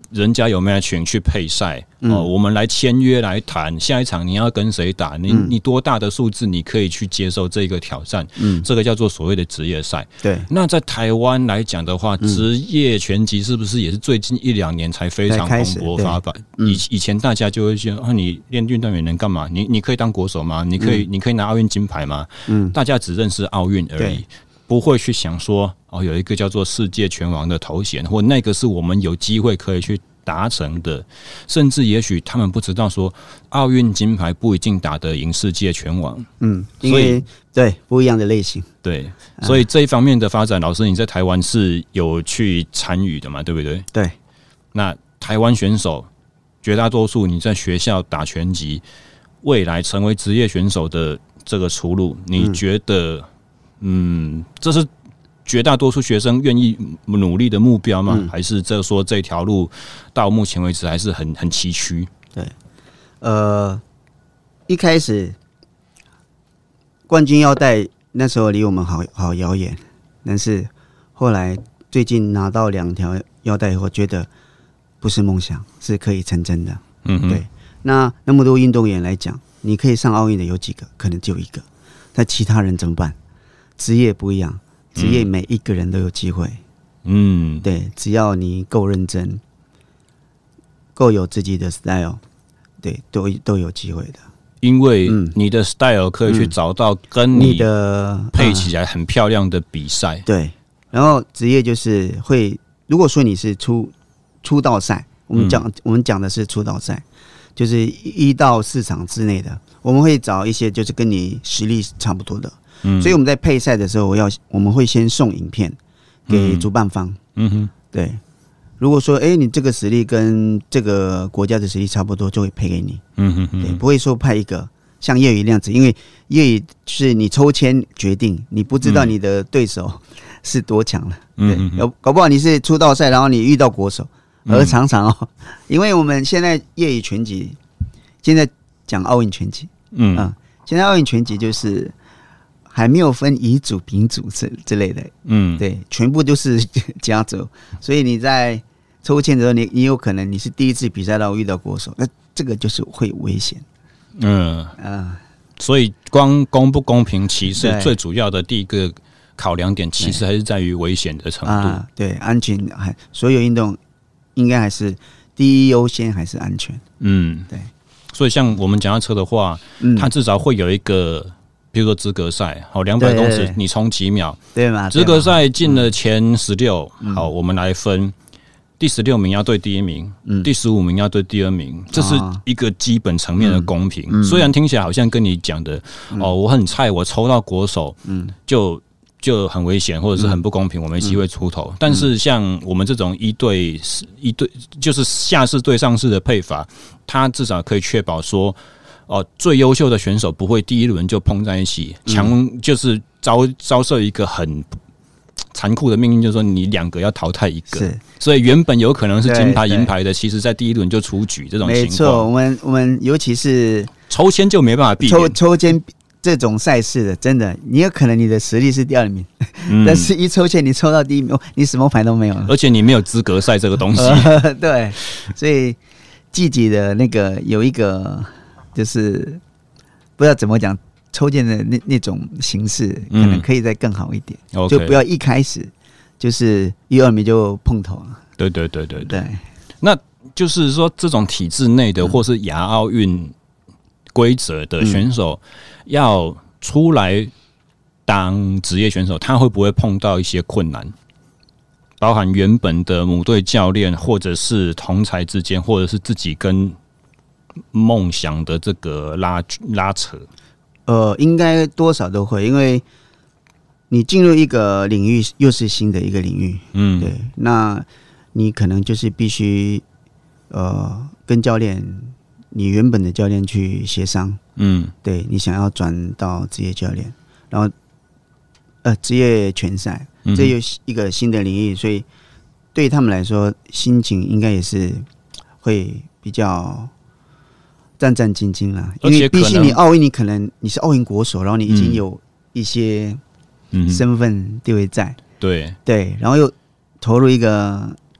人家有 matching 去配赛我们来签约来谈下一场你要跟谁打，你多大的数字你可以去接受这个挑战，这个叫做所谓的职业赛。 对， 那在台湾来讲的话，职业拳击是不是也是最近1-2年才非常蓬勃发展？以前大家就会说你练运动员能干嘛？你可以当国手吗？你可以拿奥运金牌吗？大家只认识奥运而已。不会去想说有一个叫做世界拳王的头衔，或那个是我们有机会可以去达成的，甚至也许他们不知道说奥运金牌不一定打得赢世界拳王。 因为对不一样的类型， 对，所以这一方面的发展，老师你在台湾是有去参与的嘛？对不对？ 对。 那台湾选手绝大多数你在学校打拳击，未来成为职业选手的这个出路，你觉得？这是绝大多数学生愿意努力的目标吗？还是说这条路到目前为止还是很崎岖？ 对，一开始冠军腰带那时候离我们好遥远，但是后来最近拿到2条腰带以后，觉得不是梦想，是可以成真的。对。那么多运动员来讲，你可以上奥运的有几个？可能只有1个，那其他人怎么办？职业不一样，职业每一个人都有机会。对，只要你够认真，够有自己的 style， 对，都有机会的。因为你的 style 可以去找到跟你的配起来很漂亮的比赛。 对，然后职业就是会，如果说你是出道赛，我们讲的是出道赛，就是1到4场之内的，我们会找一些就是跟你实力差不多的。所以我们在配赛的时候，我们会先送影片给主办方。对。如果说你这个实力跟这个国家的实力差不多，就会配给你。对，不会说派一个像业余那样子，因为业余是你抽签决定，你不知道你的对手是多强了。对，搞不好你是出道赛，然后你遇到国手，而常常因为我们现在业余拳击，现在讲奥运拳击，现在奥运拳击就是还没有分乙组、丙组之类的，对，全部都是加州，所以你在抽签的时候，你有可能你是第一次比赛到遇到国手，那这个就是会危险。 所以光公不公平，其实最主要的第一个考量点，其实还是在于危险的程度。 对，安全，所有运动应该还是第一优先，还是安全。对。 所以像我们脚踏车的话，它至少会有一个。比如说资格赛，200公尺你冲几秒， 对嘛？ 资格赛进了前16，好，我们来分，第16名要对第1名，第15名要对第2名，这是一个基本层面的公平。虽然听起来好像跟你讲的，我很菜，我抽到国手，就很危险，或者是很不公平，我没机会出头。但是像我们这种一对，就是下士对上士的配法，它至少可以确保说。最优秀的选手不会第1轮就碰在一起，就是遭受一个很残酷的命运，就是说你2个要淘汰1个，所以原本有可能是金牌、银牌的，其实在第1轮就出局这种情况。没错，我们尤其是抽签就没办法避免抽签这种赛事的，真的，你有可能你的实力是第2名，但是一抽签你抽到第1名，你什么牌都没有了， 而且你没有资格赛这个东西。 对，所以季己的那个有一个。就是不知道怎么讲抽签的那种形式，可能可以再更好一点，就不要一开始就是1、2名就碰头了。 对，那就是说这种体制内的或是亚奥运规则的选手要出来当职业选手，他会不会碰到一些困难？包含原本的母队教练，或者是同才之间，或者是自己跟梦想的这个拉扯， 应该多少都会，因为你进入一个领域，又是新的一个领域，对，那你可能就是必须跟教练，你原本的教练去协商，对你想要转到职业教练，然后职业拳赛，这又一个新的领域，所以对他们来说，心情应该也是会比较。战战兢兢啦，因为毕竟你奥运，你可能你是奥运国手，然后你已经有一些身份地位在， 对， 然后又投入一个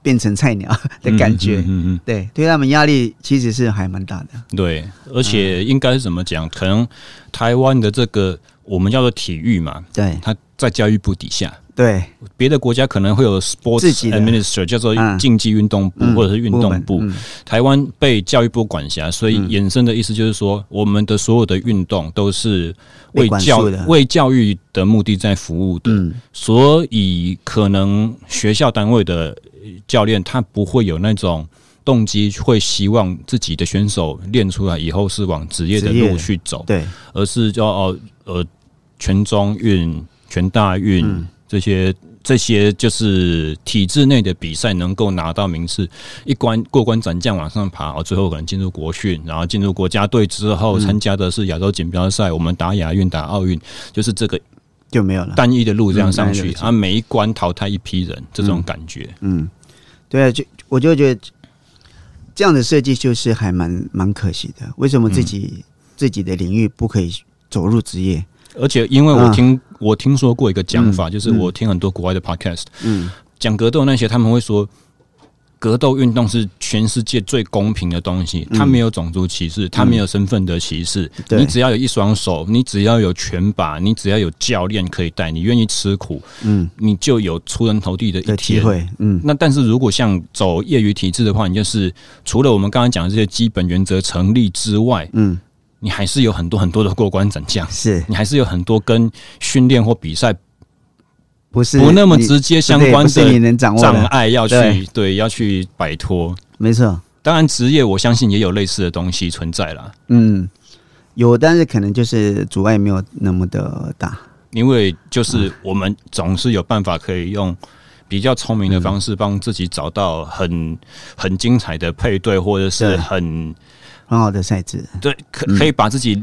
变成菜鸟的感觉。对，对他们压力其实是还蛮大的。 对，而且应该是怎么讲？可能台湾的这个我们叫做体育嘛， 对， 它在教育部底下。 对， 别的国家可能会有 sports administrator 叫做竞技运动部或者是运动部，台湾被教育部管辖，所以衍生的意思就是说，我们的所有的运动都是为教育的目的在服务的，所以可能学校单位的教练他不会有那种动机，会希望自己的选手练出来以后是往职业的路去走，对，而是叫全中运、全大运。这些就是体制内的比赛能够拿到名次，一关过关斩将往上爬，最后可能进入国训，然后进入国家队之后参加的是亚洲锦标赛，我们打亚运、打奥运，就是这个就没有了单一的路这样上去，每一关淘汰一批人，这种感觉。 对啊，我就觉得这样的设计就是还蛮可惜的。为什么自己的领域不可以走入职业？ 而且因为我听说过一个讲法，就是我听很多国外的 podcast，讲格斗那些，他们会说格斗运动是全世界最公平的东西，它没有种族歧视，它没有身份的歧视，你只要有一双手，你只要有拳把，你只要有教练可以带，你愿意吃苦，你就有出人头地的一天。那但是如果像走业余体制的话，你就是除了我们刚刚讲的这些基本原则成立之外，你还是有很多很多的过关斩将，是你还是有很多跟训练或比赛不那么直接相关的障碍要去摆脱。没错，当然职业我相信也有类似的东西存在啦。 有，但是可能就是阻碍没有那么的大， 因为就是我们总是有办法可以用比较聪明的方式帮自己找到很精彩的配对，或者是很好的赛制， 对，可以把自己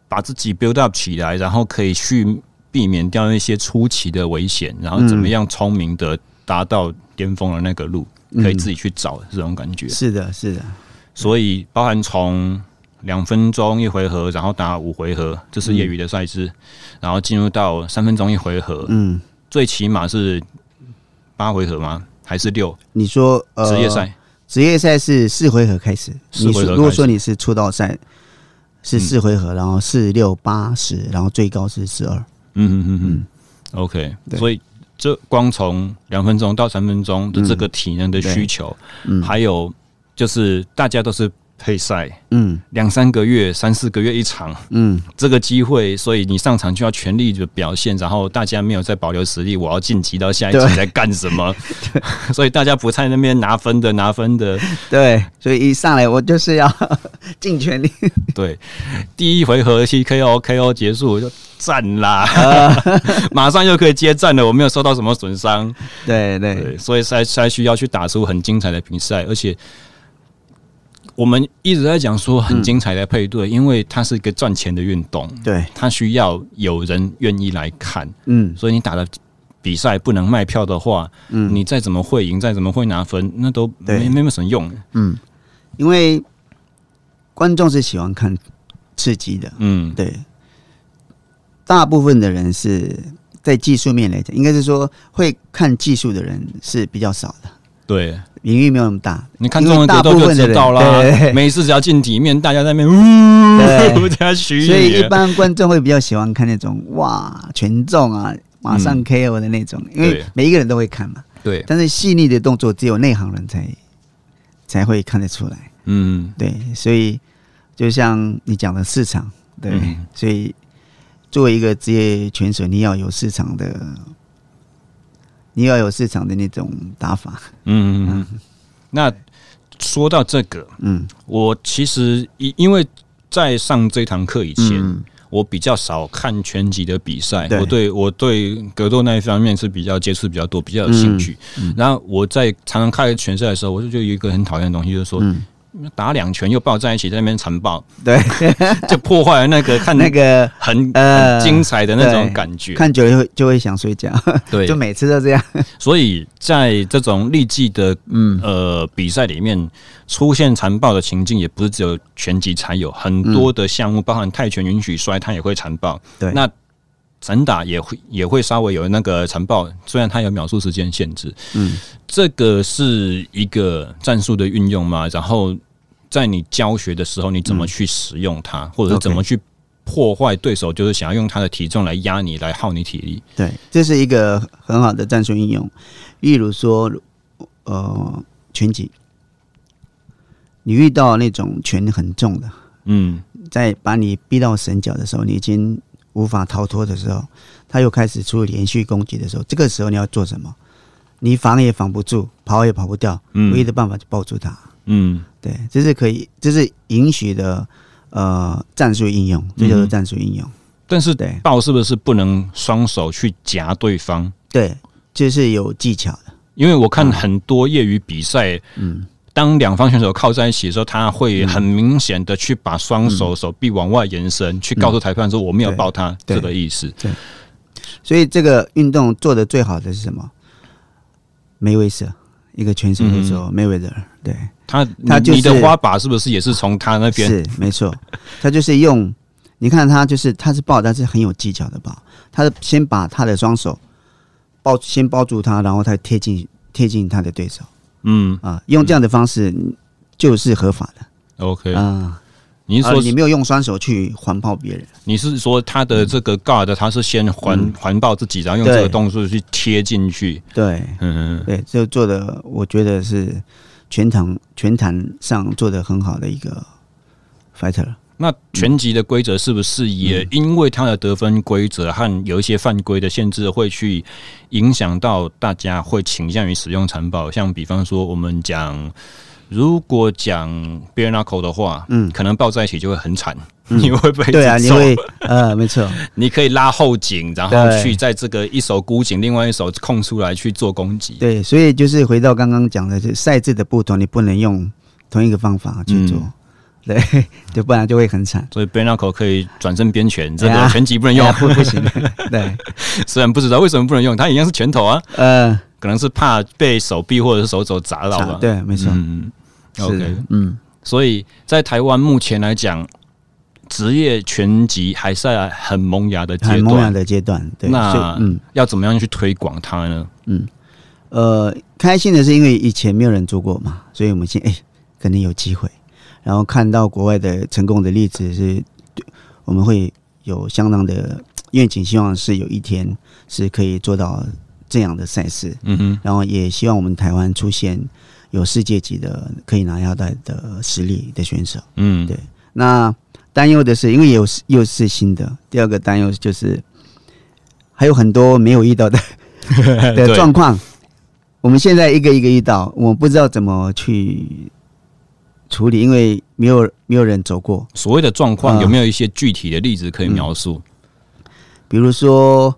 build up 起来，然后可以去避免掉一些初期的危险，然后怎么样聪明的达到巅峰的那个路，可以自己去找这种感觉。 是的，是的。 所以包含从2分钟一回合，然后打5回合，这是业余的赛制，然后进入到3分钟一回合，最起码是8回合吗？还是6？ 你说职业赛？ 职业赛是4回合开始。如果说你是出道赛，是4回合，然后4、6、8、10，然后最高是12。 OK， 所以这光从2分钟到3分钟的这个体能的需求，还有就是大家都是配赛，2-3个月、3-4个月一场，这个机会，所以你上场就要全力的表现，然后大家没有再保留实力，我要晋级到下一级在干什么？所以大家不在那边拿分的， 对，所以一上来我就是要尽全力。 对，第一回合 KO 结束就赞啦，马上就可以接战了，我没有受到什么损伤。对，所以才需要去打出很精彩的比赛，而且我们一直在讲说很精彩的配对，因为它是一个赚钱的运动，对，它需要有人愿意来看，所以你打的比赛不能卖票的话，你再怎么会赢，再怎么会拿分，那都没什么用。 因为观众是喜欢看刺激的，对，大部分的人是在技术面来讲，应该是说会看技术的人是比较少的，对。领域没有那么大， 你看中文格斗就知道啦。每一次只要进体面，大家在那边加许， 所以一般观众会比较喜欢看那种哇全中啊，马上 KO 的那种，因为每一个人都会看嘛。对，但是细腻的动作只有内行人才会看得出来。对，所以就像你讲的市场，对，所以作为一个职业拳手，你要有市场的那种打法。 那说到这个，我其实因为在上这堂课以前，我比较少看拳击的比赛，我对格斗那一方面是比较接触比较多，比较有兴趣。然后我在常常开拳赛的时候，我就觉得有一个很讨厌的东西，就是说。打2拳又抱在一起，在那边缠抱，对，就破坏了那个看那个很精彩的那种感觉。 看久了就会想睡觉，对，就每次都这样。 所以在这种立技的比赛里面，出现缠抱的情境也不是只有拳击才有，很多的项目，包含泰拳允许摔，它也会缠抱。对，那散打也会稍微有那个残暴，虽然它有秒数时间限制。这个是一个战术的运用嘛？然后在你教学的时候，你怎么去使用它，或者是怎么去破坏对手，就是想要用他的体重来压你，来耗你体力。 对，这是一个很好的战术应用。例如说，拳击，你遇到那种拳很重的，在把你逼到绳脚的时候，你已经无法逃脱的时候，他又开始出连续攻击的时候，这个时候你要做什么？你防也防不住，跑也跑不掉，唯一的办法就抱住他。对，这是可以，这是允许的。战术应用，这叫做战术应用。 但是抱是不是不能双手去夹对方？ 对，这是有技巧的。 因为我看很多业余比赛，当两方选手靠在一起的时候，他会很明显的去把双手手臂往外延伸，去告诉裁判说我没有抱他这个意思。 对，所以这个运动做的最好的是什么？梅威瑟，一个拳手的时候，梅威瑟，对。 他就是你的花靶是不是也是从他那边？是没错，他就是用，你看他就是他是抱，但是很有技巧的抱。他先把他的双手先抱住他，然后他贴近他的对手。用这样的方式就是合法的。 OK 你是说你没有用双手去环抱别人？ 你是说他的这个 guard 他是先环抱自己，然后用这个动作去贴进去？ 对，对，这做的我觉得是。拳坛上做得很好的一个 fighter。 那拳击的规则是不是也因为它的得分规则和有一些犯规的限制，会去影响到大家会倾向于使用残暴？像比方说，我们如果讲 bare knuckle 的话，可能抱在一起就会很惨。你会被对啊，你会没错， 你可以拉后颈，然后去在这个一手箍紧，另外一手空出来去做攻击。 对，所以就是回到刚刚讲的，就是赛制的不同，你不能用同一个方法去做，对，就不然就会很惨。 所以 bare knuckle 可以转身边拳，这个拳击不能用， 不行。对， 虽然不知道为什么不能用，它一样是拳头啊，可能是怕被手臂或者是手肘砸到吧。 对，没错。 OK， 所以在台湾目前来讲，职业拳击还是在很萌芽的阶段。 很萌芽的阶段，对。 那要怎么样去推广它呢？ 开心的是因为以前没有人做过嘛，所以我们可能有机会。然后看到国外的成功的例子是，我们会有相当的愿景，希望是有一天是可以做到这样的赛事。然后也希望我们台湾出现有世界级的可以拿腰带的实力的选手。对。那担忧的是，因为又是新的。第二个担忧就是还有很多没有遇到的状况。我们现在一个一个遇到，我们不知道怎么去处理，因为没有人走过。 所谓的状况，有没有一些具体的例子可以描述？ 比如说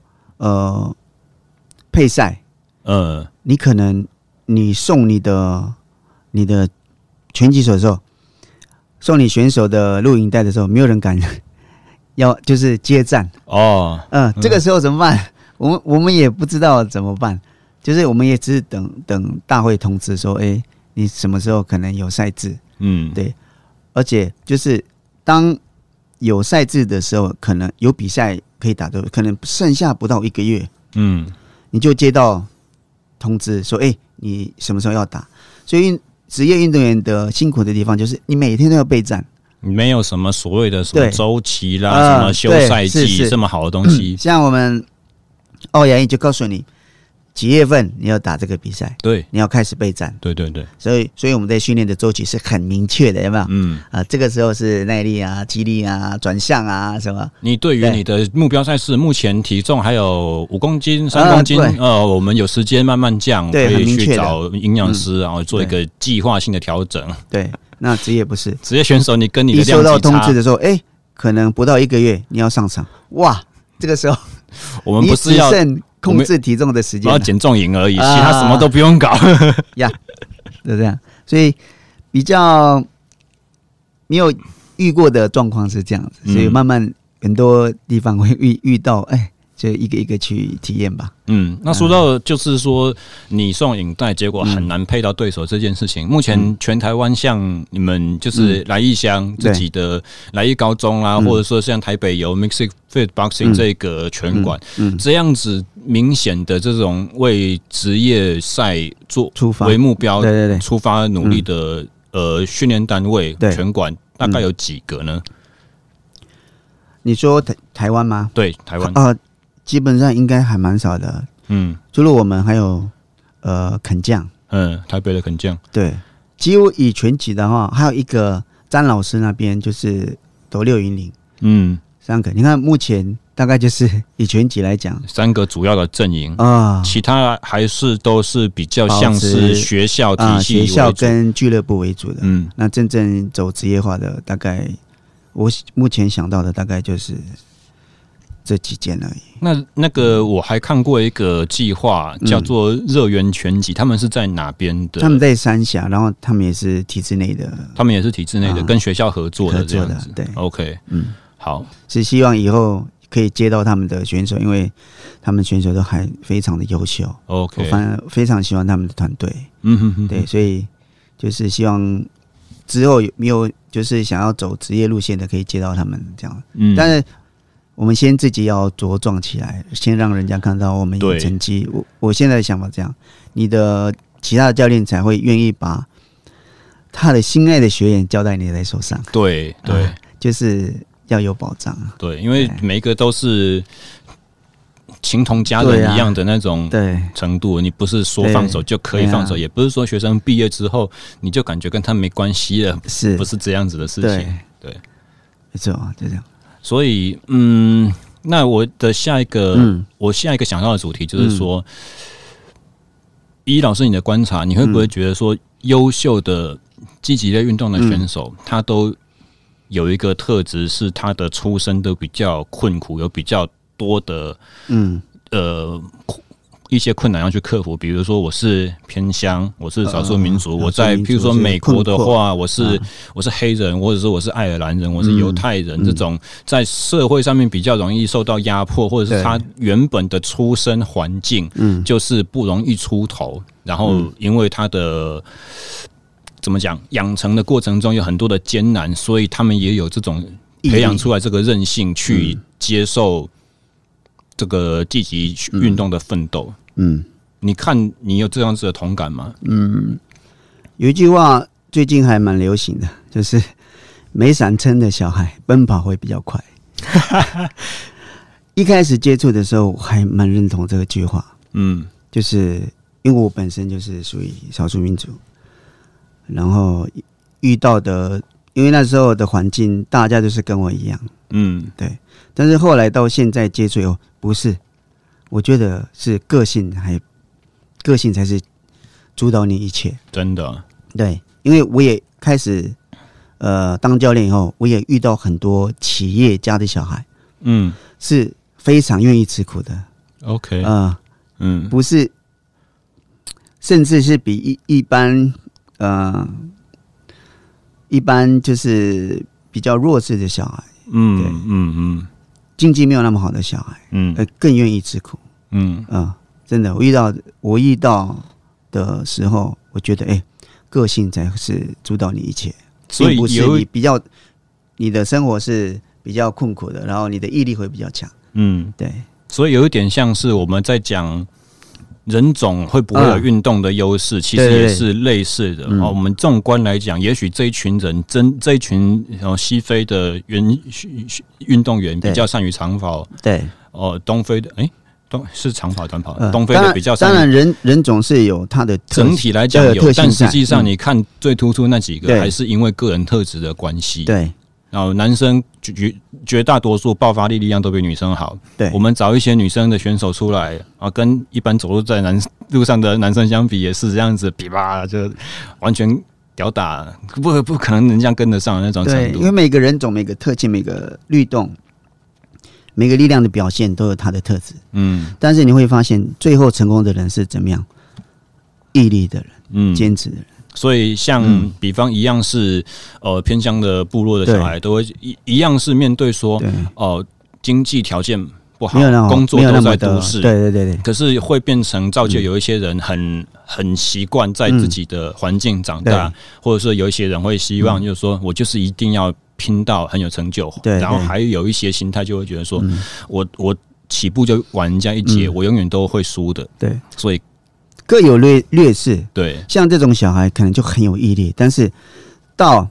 配赛，你可能你送你的拳击手的时候，送你选手的录影带的时候，没有人敢就是接战这个时候怎么办？我们也不知道怎么办，就是我们也只是等大会通知说，你什么时候可能有赛制？对，而且就是当有赛制的时候，可能有比赛可以打的，可能剩下不到1个月，你就接到通知说，你什么时候要打？所以职业运动员的辛苦的地方就是你每天都要备战， 没有什么所谓的什么周期啦，什么休赛季这么好的东西。 像我们奥亚运就告诉你几月份你要打这个比赛， 对， 你要开始备战， 对， 所以我们在训练的周期是很明确的，有没有？这个时候是耐力啊、肌力啊、转向啊什么。 你对于你的目标赛事，目前体重还有5公斤、3公斤，我们有时间慢慢降，可以去找营养师，然后做一个计划性的调整。 对，那职业不是职业选手，你跟你的一收到通知的时候，可能不到1个月你要上场，哇，这个时候我们不是要控制体重的时间， 要减重营而已，其他什么都不用搞呀，就这样。所以比较没有遇过的状况是这样子，所以慢慢很多地方会遇到， 就一个一个去体验吧。 那说到就是说你送影带，结果很难配到对手这件事情，目前全台湾像你们就是来义乡自己的来义高中啦，或者说像台北有 Mixed Fit Boxing 这个拳馆，这样子明显的这种为职业赛做为目标出发努力的训练单位拳馆，大概有几个呢？ 你说台湾吗？ 对，台湾基本上应该还蛮少的。除了我们还有肯将， 台北的肯将， 对，几乎以拳击的话，还有一个詹老师那边就是斗610，3个。你看目前大概就是以拳击来讲 ，3个主要的阵营其他还是都是比较像是学校体系为主， 学校跟俱乐部为主的。那真正走职业化的，大概我目前想到的大概就是这几间而已。 那个我还看过一个计划叫做热源拳击，他们是在哪边的？ 他们在三峡，然后他们也是体制内的， 跟学校合作的这样子。 对 ，OK， 好， 是希望以后可以接到他们的选手，因为他们选手都还非常的优秀。 OK， 我反而非常喜欢他们的团队。对，所以就是希望之后有没有就是想要走职业路线的，可以接到他们这样。但是我们先自己要茁壮起来，先让人家看到我们有成绩。我现在的想法这样，你的其他的教练才会愿意把他的心爱的学员交在你的手上。 对， 就是要有保障。 对，因为每一个都是情同家人一样的那种程度，你不是说放手就可以放手，也不是说学生毕业之后你就感觉跟他没关系了，不是这样子的事情。对， 没错，就这样。 所以，那我下一个想到的主题就是说，依老师你的观察，你会不会觉得说，优秀的积极类运动的选手，他都有一个特质，是他的出身都比较困苦，有比较多的一些困难要去克服，比如说我是偏乡，我是少数民族，我在譬如说美国的话，我是黑人，或者是我是爱尔兰人，我是犹太人，这种在社会上面比较容易受到压迫，或者是他原本的出身环境就是不容易出头，然后因为他的怎么讲养成的过程中有很多的艰难，所以他们也有这种培养出来这个韧性去接受这个积极运动的奋斗。你看你有这样子的同感吗？ 有一句话最近还蛮流行的，就是没伞撑的小孩奔跑会比较快。一开始接触的时候我还蛮认同这个句话。就是因为我本身就是属于少数民族，然后遇到的，因为那时候的环境大家都是跟我一样。对。但是后来到现在接触以后，不是，我觉得是个性才是主导你一切。 真的。 对，因为我也开始当教练以后，我也遇到很多企业家的小孩，是非常愿意吃苦的。 OK， 不是，甚至是比一般就是比较弱势的小孩，经济没有那么好的小孩，更愿意吃苦。真的，我遇到的时候，我觉得个性才是主导你一切，所以不是你的生活是比较困苦的，然后你的毅力会比较强。对， 所以有一点像是我们在讲人种会不会有运动的优势，其实也是类似的。我们纵观来讲，也许这一群人，这一群西非的运动员比较善于长跑，对，东非的是长跑短跑，东非的比较善于。 当然人种是有它的整体来讲有，但实际上你看最突出那几个，还是因为个人特质的关系。对。然后男生绝大多数爆发力力量都比女生好。对，我们找一些女生的选手出来啊，跟一般走路在路上的男生相比，也是这样子，比吧就完全屌打，不可能人家跟得上的那种程度。 对，因为每个人种、每个特性、每个律动、每个力量的表现都有它的特质。但是你会发现，最后成功的人是怎么样？毅力的人，坚持的人。 所以像比方一样是偏乡的部落的小孩，都会一样是面对说经济条件不好，工作都在都市， 对。 可是会变成造就有一些人很习惯在自己的环境长大，或者说有一些人会希望就是说我就是一定要拼到很有成就，然后还有一些心态就会觉得说我起步就晚人家一截，我永远都会输的， 对， 所以各有劣势， 对， 像这种小孩可能就很有毅力，但是到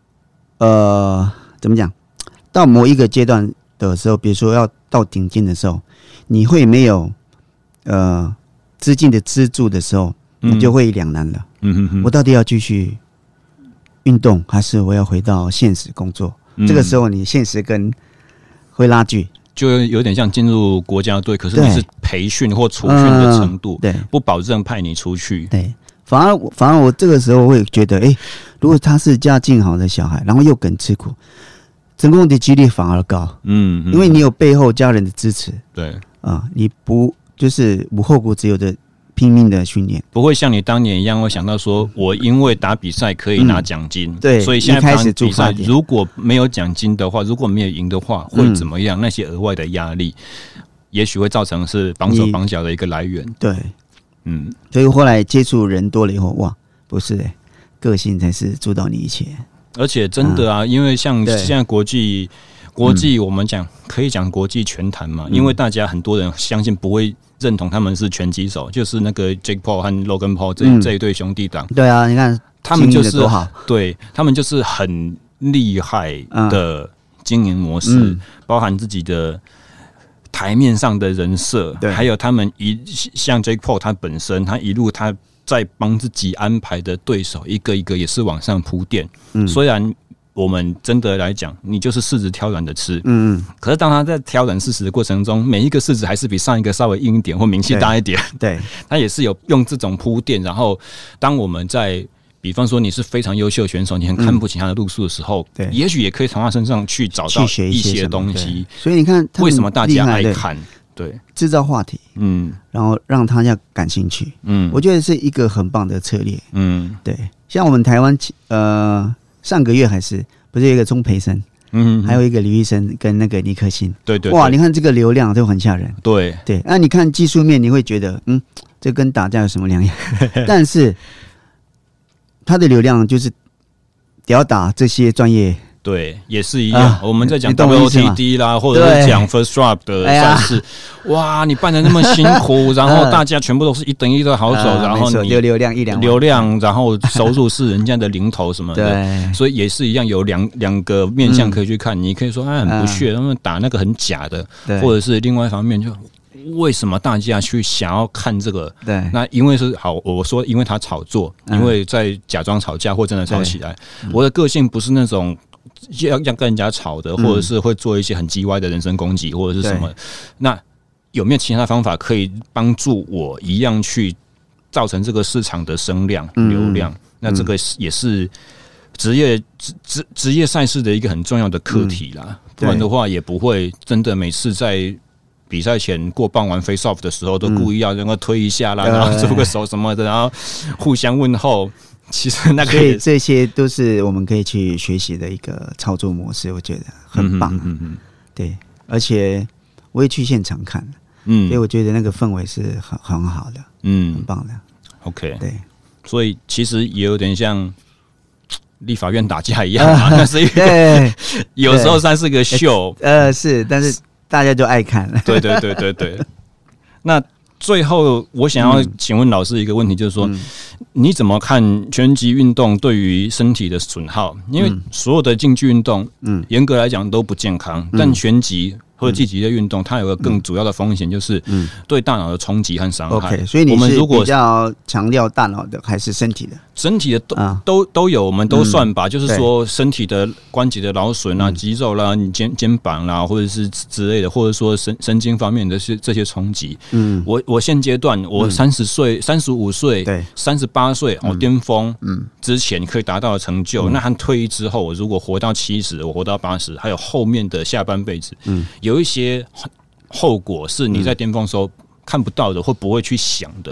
怎么讲？到某一个阶段的时候，比如说要到顶尖的时候，你会没有资金的资助的时候，你就会两难了。我到底要继续运动，还是我要回到现实工作？这个时候，你现实跟会拉锯， 就有点像进入国家队，可是你是培训或储训的程度， 对， 不保证派你出去， 对。反而我这个时候会觉得，如果他是家境好的小孩，然后又肯吃苦，成功的几率反而高。因为你有背后家人的支持。 对你不就是无后顾之忧的拼命的训练， 不会像你当年一样会想到说，我因为打比赛可以拿奖金， 对， 所以现在开始比赛如果没有奖金的话，如果没有赢的话，会怎么样？那些额外的压力，也许会造成是绑手绑脚的一个来源。 对。所以后来接触人多了以后，哇，不是个性才是主导你一切。 而且真的啊，因为像现在国际我们可以讲国际拳坛嘛，因为大家很多人相信不会认同他们是拳击手，就是那个 Jake Paul 和 Logan Paul 这一对兄弟档。 对啊，你看他们就是对他们就是很厉害的经营模式，包含自己的台面上的人设，还有他们像 Jake Paul 他本身，他一路他在帮自己安排的对手一个一个也是往上铺垫。虽然我们真的来讲，你就是柿子挑软的吃，可是当他在挑软柿子的过程中，每一个柿子还是比上一个稍微硬一点或名气大一点， 对， 他也是有用这种铺垫。然后当我们在比方说你是非常优秀的选手，你很看不起他的路数的时候，也许也可以从他身上去找到一些东西。 所以你看， 为什么大家爱看？对， 制造话题，然后让他要感兴趣，我觉得是一个很棒的策略，对。像我们台湾，上个月不是有一个钟培生，还有一个李玉生跟那个尼克星， 对， 哇，你看这个流量都很吓人， 对。 那你看技术面，你会觉得，这跟打架有什么两样？但是他的流量就是吊打这些专业， 对，也是一样。我们在讲 WOTD 啦，或者是讲 First Drop 的赛事，哇，你办得那么辛苦，然后大家全部都是一等一的好手，然后你流量流量，然后收入是人家的零头什么的，所以也是一样，有两个面向可以去看。你可以说他很不屑，他们打那个很假的，或者是另外一方面就。为什么大家去想要看这个？ 对， 那因为是好，我说因为他炒作，因为在假装吵架或真的吵起来。我的个性不是那种要跟人家吵的，或者是会做一些很叽歪的人身攻击或者是什么。那有没有其他方法可以帮助我一样去造成这个市场的声量、流量？那这个也是职业赛事的一个很重要的课题啦。不然的话，也不会真的每次在比赛前过傍完 face off 的时候，都故意要能够推一下啦，然后做个手什么的，然后互相问候。其实那个， 所以这些都是我们可以去学习的一个操作模式，我觉得很棒。对，而且我也去现场看，所以我觉得那个氛围是很好的，很棒的。 OK， 对， 所以其实也有点像立法院打架一样嘛，那是一个有时候算是个秀， 是，但是大家就爱看。 对。那最后我想要请问老师一个问题，就是说，你怎么看拳击运动对于身体的损耗？因为所有的竞技运动，严格来讲都不健康，但拳击或者积极的运动，它有个更主要的风险，就是对大脑的冲击和伤害。 所以你是比较强调大脑的还是身体的？ 身体的都有，我们都算吧。就是说，身体的关节的劳损啊、肌肉啦、你肩膀啦，或者是之类的，或者说神经方面的这些冲击。我现阶段我30岁、35岁、38岁巅峰之前可以达到的成就，那和退役之后，我如果活到70，我活到80，还有后面的下半辈子，有一些后果是你在巅峰的时候看不到的，或不会去想的。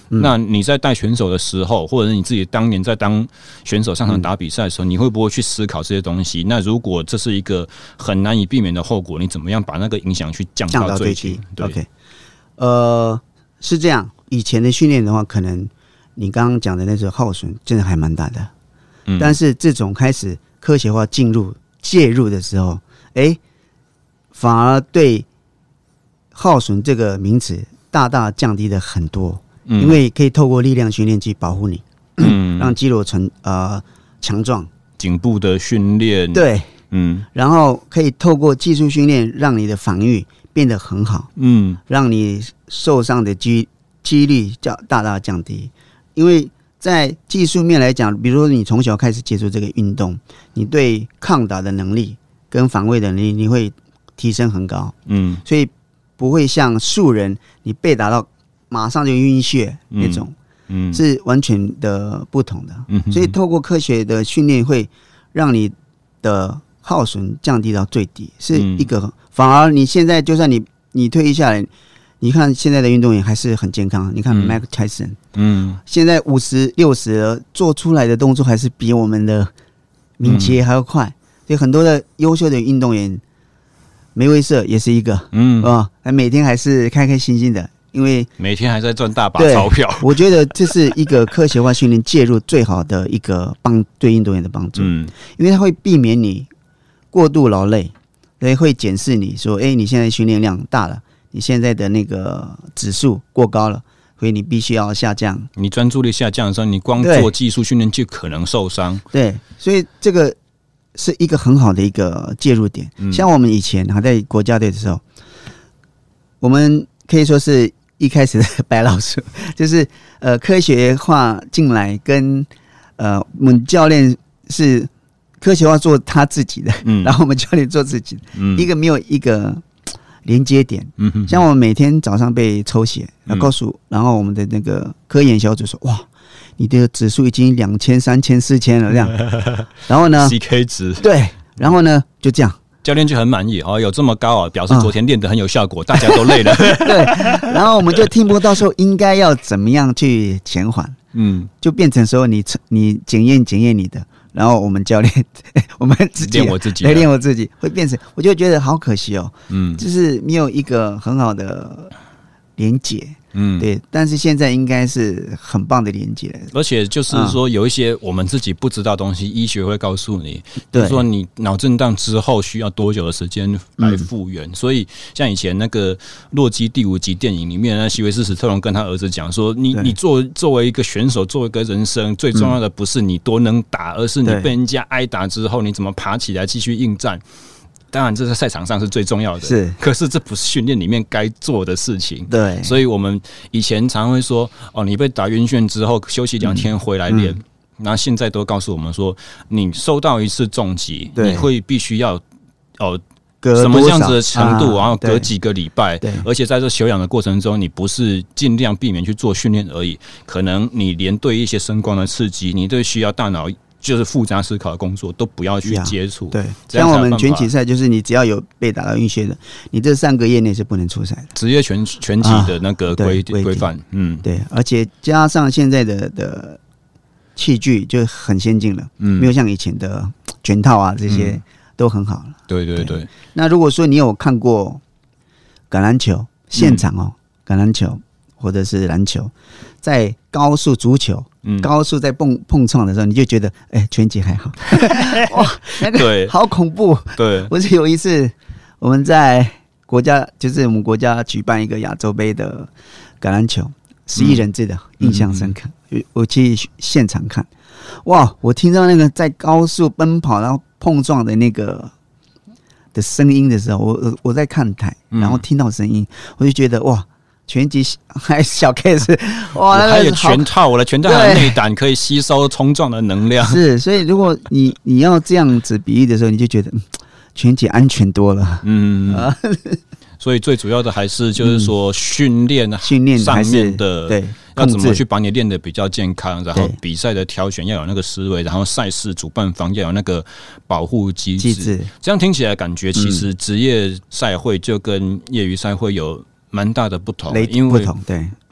那你在带选手的时候，或者是你自己当年在当选手上场打比赛的时候，你会不会去思考这些东西？那如果这是一个很难以避免的后果，你怎么样把那个影响去降到最低？对 ，OK， 是这样。以前的训练的话，可能你刚刚讲的那种耗损真的还蛮大的，但是这种开始科学化介入的时候，反而对耗损这个名词大大降低了很多。因为可以透过力量训练去保护你，让肌肉强壮， 颈部的训练， 对，然后可以透过技术训练让你的防御变得很好，让你受伤的几率大大降低。因为在技术面来讲，比如说你从小开始接触这个运动，你对抗打的能力跟防卫的能力你会提升很高，所以不会像素人你被打到马上就晕血那种，是完全的不同的。所以透过科学的训练，会让你的耗损降低到最低，是一个。反而你现在就算你退役下来，你看现在的运动员还是很健康。你看 Mike Tyson，现在50、60了，做出来的动作还是比我们的敏捷还要快。所以很多的优秀的运动员，梅威瑟也是一个，每天还是开开心心的。因为每天还在赚大把钞票， 我觉得这是一个科学化训练介入最好的一个对运动员的帮助。因为它会避免你过度劳累，会检视你说，你现在训练量大了，你现在的那个指数过高了，所以你必须要下降。 你专注力下降的时候，你光做技术训练就可能受伤。 对，所以这个是一个很好的一个介入点。像我们以前还在国家队的时候，我们可以说是一开始的白老鼠，就是科学化进来跟我们教练是科学化做他自己的，然后我们教练做自己的，一个没有一个连接点。像我们每天早上被抽血，告诉，然后我们的那个科研小组说，哇，你的指数已经2000、3000、4000了这样，然后呢 CK 值， 对，然后呢就这样。 教练就很满意有这么高表示昨天练得很有效果，大家都累了。 对，然后我们就听不到说应该要怎么样去减缓，就变成说你检验你的，然后我们教练我们自己练我自己，会变成我就觉得好可惜哦，就是没有一个很好的连结。对，但是现在应该是很棒的连接， 而且就是说有一些我们自己不知道的东西，医学会告诉你，比如说你脑震荡之后需要多久的时间来复原。所以像以前那个《洛基》第5集电影里面，那希维斯·史特龙跟他儿子讲说，你作为一个选手，作为一个人生，最重要的不是你多能打，而是你被人家挨打之后，你怎么爬起来继续应战。当然这在赛场上是最重要的，可是这不是训练里面该做的事情。对，所以我们以前常会说，你被打晕眩之后休息2天回来练，那现在都告诉我们说，你受到一次重击，你会必须要什么样子的程度，然后隔几个礼拜，而且在这休养的过程中，你不是尽量避免去做训练而已，可能你连对一些声光的刺激，你对需要大脑就是复杂思考的工作都不要去接触。对， 像我们拳击赛，就是你只要有被打到晕眩的，你这3个月内是不能出赛的。 职业拳击的那个规范， 对，而且加上现在的器具就很先进了，没有像以前的拳套啊这些都很好了。 对。 那如果说你有看过橄榄球现场橄榄球或者是篮球，在高速足球。高速在碰撞的时候，你就觉得拳击还好。哇，那个好恐怖。对，不是有一次我们在就是我们国家举办一个亚洲杯的橄榄球，11人制的，印象深刻。我去现场看，哇，我听到那个在高速奔跑然后碰撞的那个的声音的时候，我在看台，然后听到声音，我就觉得哇。拳击还小 case， 哇， 还有拳套，我的拳套还有内胆可以吸收冲撞的能量。 是，所以如果你要这样子比喻的时候，你就觉得拳击安全多了。 所以最主要的还是就是说训练上面的， 对， 要怎么去把你练得比较健康，然后比赛的挑选要有那个思维，然后赛事主办方要有那个保护机制。这样听起来感觉其实职业赛会就跟业余赛会有蛮大的不同， 因为不同，对，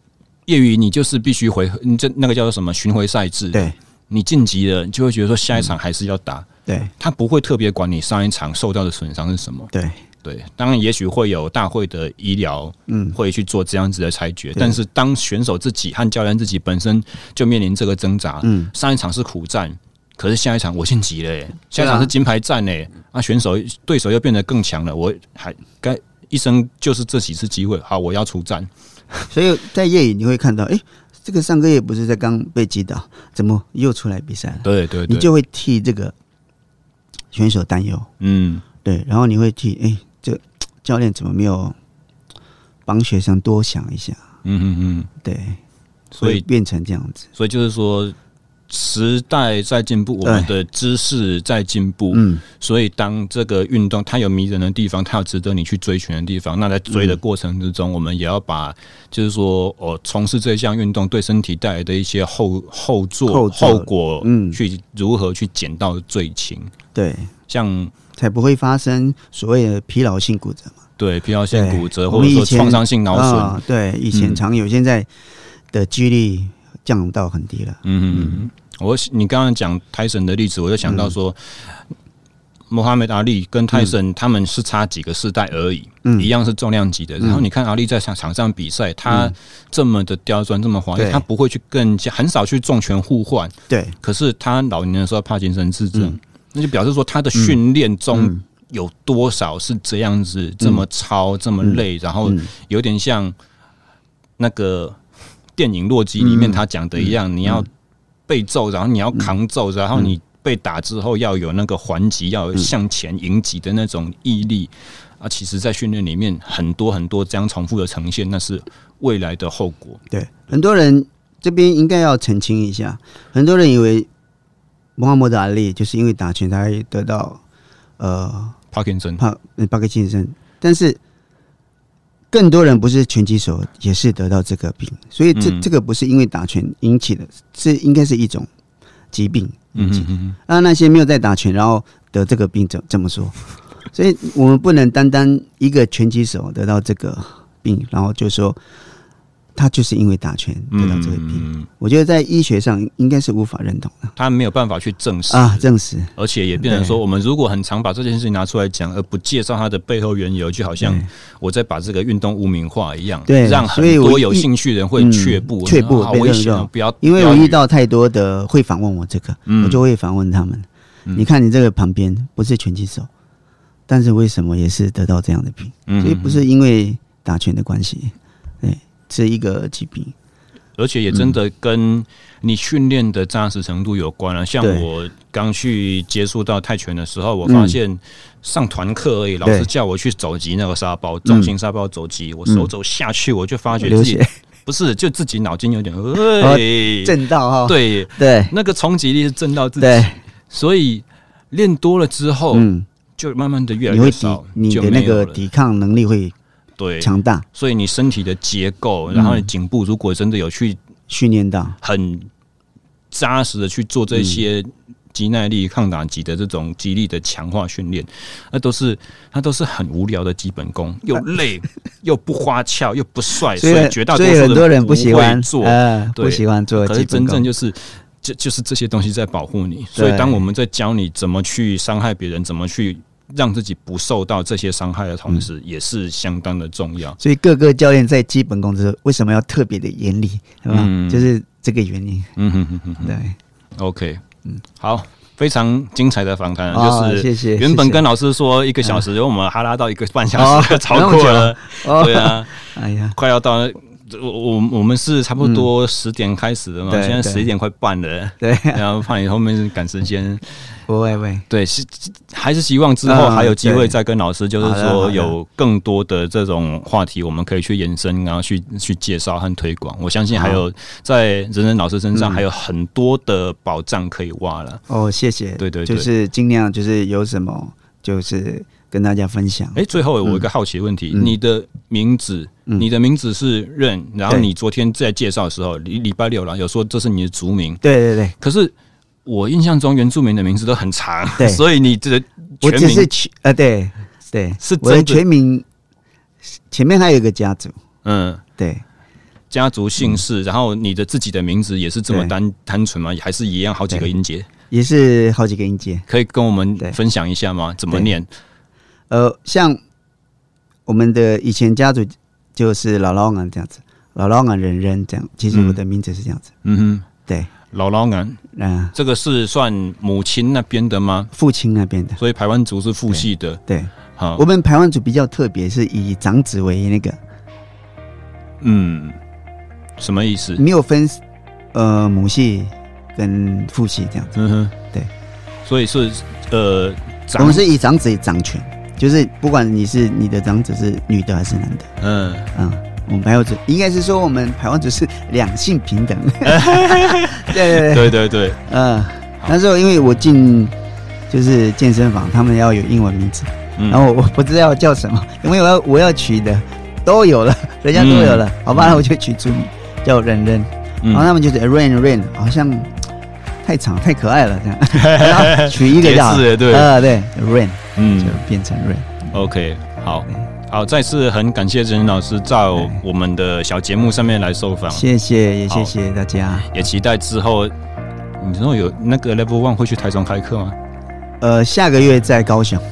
业余你就是必须你那个叫做什么巡回赛制， 对， 你晋级了，你就会觉得说下一场还是要打， 对， 他不会特别管你上一场受到的损伤是什么， 对。 对，当然也许会有大会的医疗会去做这样子的裁决，但是当选手自己和教练自己本身就面临这个挣扎，上一场是苦战，可是下一场我晋级了耶，下一场是金牌战耶，选手对手又变得更强了，我还该一生就是这几次机会，好，我要出战。 所以在业余你会看到，这个上个月不是在刚被击倒，怎么又出来比赛了？ 对对对， 你就会替这个选手担忧，对，然后你会替这教练怎么没有帮学生多想一下？对，所以变成这样子。 所以就是说，时代在进步，我们的知识在进步，所以当这个运动它有迷人的地方，它有值得你去追寻的地方，那在追的过程之中，我们也要把就是说，从事这项运动对身体带来的一些后果，去如何去减到最轻。对，像。 才不会发生所谓的疲劳性骨折嘛？ 对，疲劳性骨折或者说创伤性脑损， 对，以前常有，现在的几率降到很低了。 你刚刚讲泰森的例子，我就想到说，穆罕默德阿里跟泰森他们是差几个世代而已，一样是重量级的。然后你看阿里在场上比赛，他这么的刁钻，这么华丽，他不会去很少去重拳互换。对，可是他老年的时候帕金森氏症。那就表示说，他的训练中有多少是这样子，这么超，这么累，然后有点像那个电影《洛基》里面他讲的一样，你要被揍，然后你要扛揍，然后你被打之后要有那个还击，要有向前迎击的那种毅力啊。其实，在训练里面很多很多这样重复的呈现，那是未来的后果。 对，很多人这边应该要澄清一下，很多人以为。穆罕默德阿里就是因为打拳才得到帕金森， 但是更多人不是拳击手也是得到这个病，所以这个不是因为打拳引起的，是应该是一种疾病引起的。那些没有在打拳然后得这个病怎么说？所以我们不能单单一个拳击手得到这个病，然后就说。他就是因为打拳得到这个病，我觉得在医学上应该是无法认同的。 他没有办法去证实证实， 而且也变成说，我们如果很常把这件事情拿出来讲，而不介绍它的背后缘由，就好像我在把这个运动污名化一样，对，让很多有兴趣的人会却步，好危险，不要。 因为我遇到太多的会访问我这个，我就会访问他们。你看你这个旁边不是拳击手，但是为什么也是得到这样的病？所以不是因为打拳的关系，是一个疾病， 而且也真的跟你训练的扎实程度有关了。像我刚去接触到泰拳的时候，我发现上团课而已，老师叫我去走击那个沙包，重型沙包走击，我手走下去，我就发觉自己不是，就自己脑筋有点震到哈， 对，那个冲击力是震到自己，所以练多了之后，就慢慢的越来越少， 你的那个抵抗能力会。 对， 强大， 所以你身体的结构，然后你颈部如果真的有去训练到很扎实的去做这些肌耐力、抗打击的这种肌力的强化训练，那都是很无聊的基本功，又累又不花俏又不帅，所以绝大多数很多人不喜欢做， 不喜欢做， 可是真正就是这些东西在保护你。所以当我们在教你怎么去伤害别人，怎么去让自己不受到这些伤害的同时，也是相当的重要。 所以各个教练在基本功之后，为什么要特别的严厉？对吧？就是这个原因。对 ，OK， 好，非常精彩的访谈，就是谢谢。 原本跟老师说1个小时，我们哈拉到1个半小时，超过了。对啊，哎呀，快要到。我们是差不多10点开始的嘛，现在11点快半了。对，然后怕你后面赶时间。 不会， 对，还是希望之后还有机会再跟老师，就是说有更多的这种话题，我们可以去延伸，然后去介绍和推广。我相信还有在人老师身上还有很多的宝藏可以挖了。 谢谢。对，就是尽量就是有什么就是跟大家分享。 最后我有一个好奇的问题，你的名字是任，然后你昨天在介绍的时候，礼拜六了，有说这是你的族名。 对。 可是我印象中原住民的名字都很长，所以你的我只是对，是我的全名前面还有一个家族。对， 家族姓氏，然后你的自己的名字也是这么单纯吗？还是一样好几个音节？ 也是好几个音节， 可以跟我们分享一下吗？怎么念？ 像我们的以前家族就是老老安这样子，老老安人人这样。其实我的名字是这样子。嗯哼，对， 老老安。这个是算母亲那边的吗？ 父亲那边的。 所以排湾族是父系的。 对，好，我们排湾族比较特别，是以长子为那个。 什么意思？ 没有分母系跟父系这样子。嗯哼，对。所以是我们是以长子掌权，就是不管你的长子是女的还是男的。我们排湾族应该是说我们排湾族是两性平等。 对。 那时候因为我进就是健身房，他们要有英文名字，然后我不知道要叫什么，因为我要取的都有了，人家都有了，好吧，那我就取出名叫人人，然后他们就是 rain， 好像太长太可爱了这样，然后取一个叫对对 rain， 就变成 rain。OK， 好，再次很感谢任老师在我们的小节目上面来受访， 谢谢，也谢谢大家， 也期待之后，你知道有那个 Level 1会去台中开课吗？ 下个月在高雄。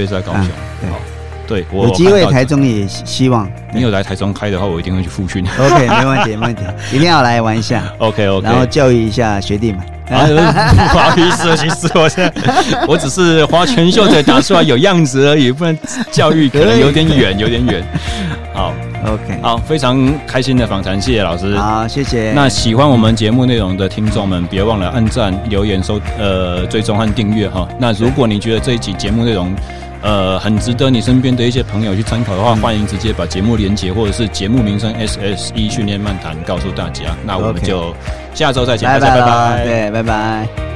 对， 我有机会台中也希望。 你有来台中开的话，我一定会去复训。 OK， 没问题，一定要来玩一下。 OK， 然后教育一下学弟们。 不好意思，其实我只是花拳绣腿打出来有样子而已，不然教育可能有点远。好 ，OK， 好，非常开心的访谈，谢谢老师。 好，谢谢。 那喜欢我们节目内容的听众们，别忘了按赞、留言、追踪和订阅哈。那如果你觉得这一集节目内容很值得你身边的一些朋友去参考的话，欢迎直接把节目连结或者是节目名称 SSE 训练漫谈告诉大家。那我们就下周再见，大家拜拜。 对，拜拜。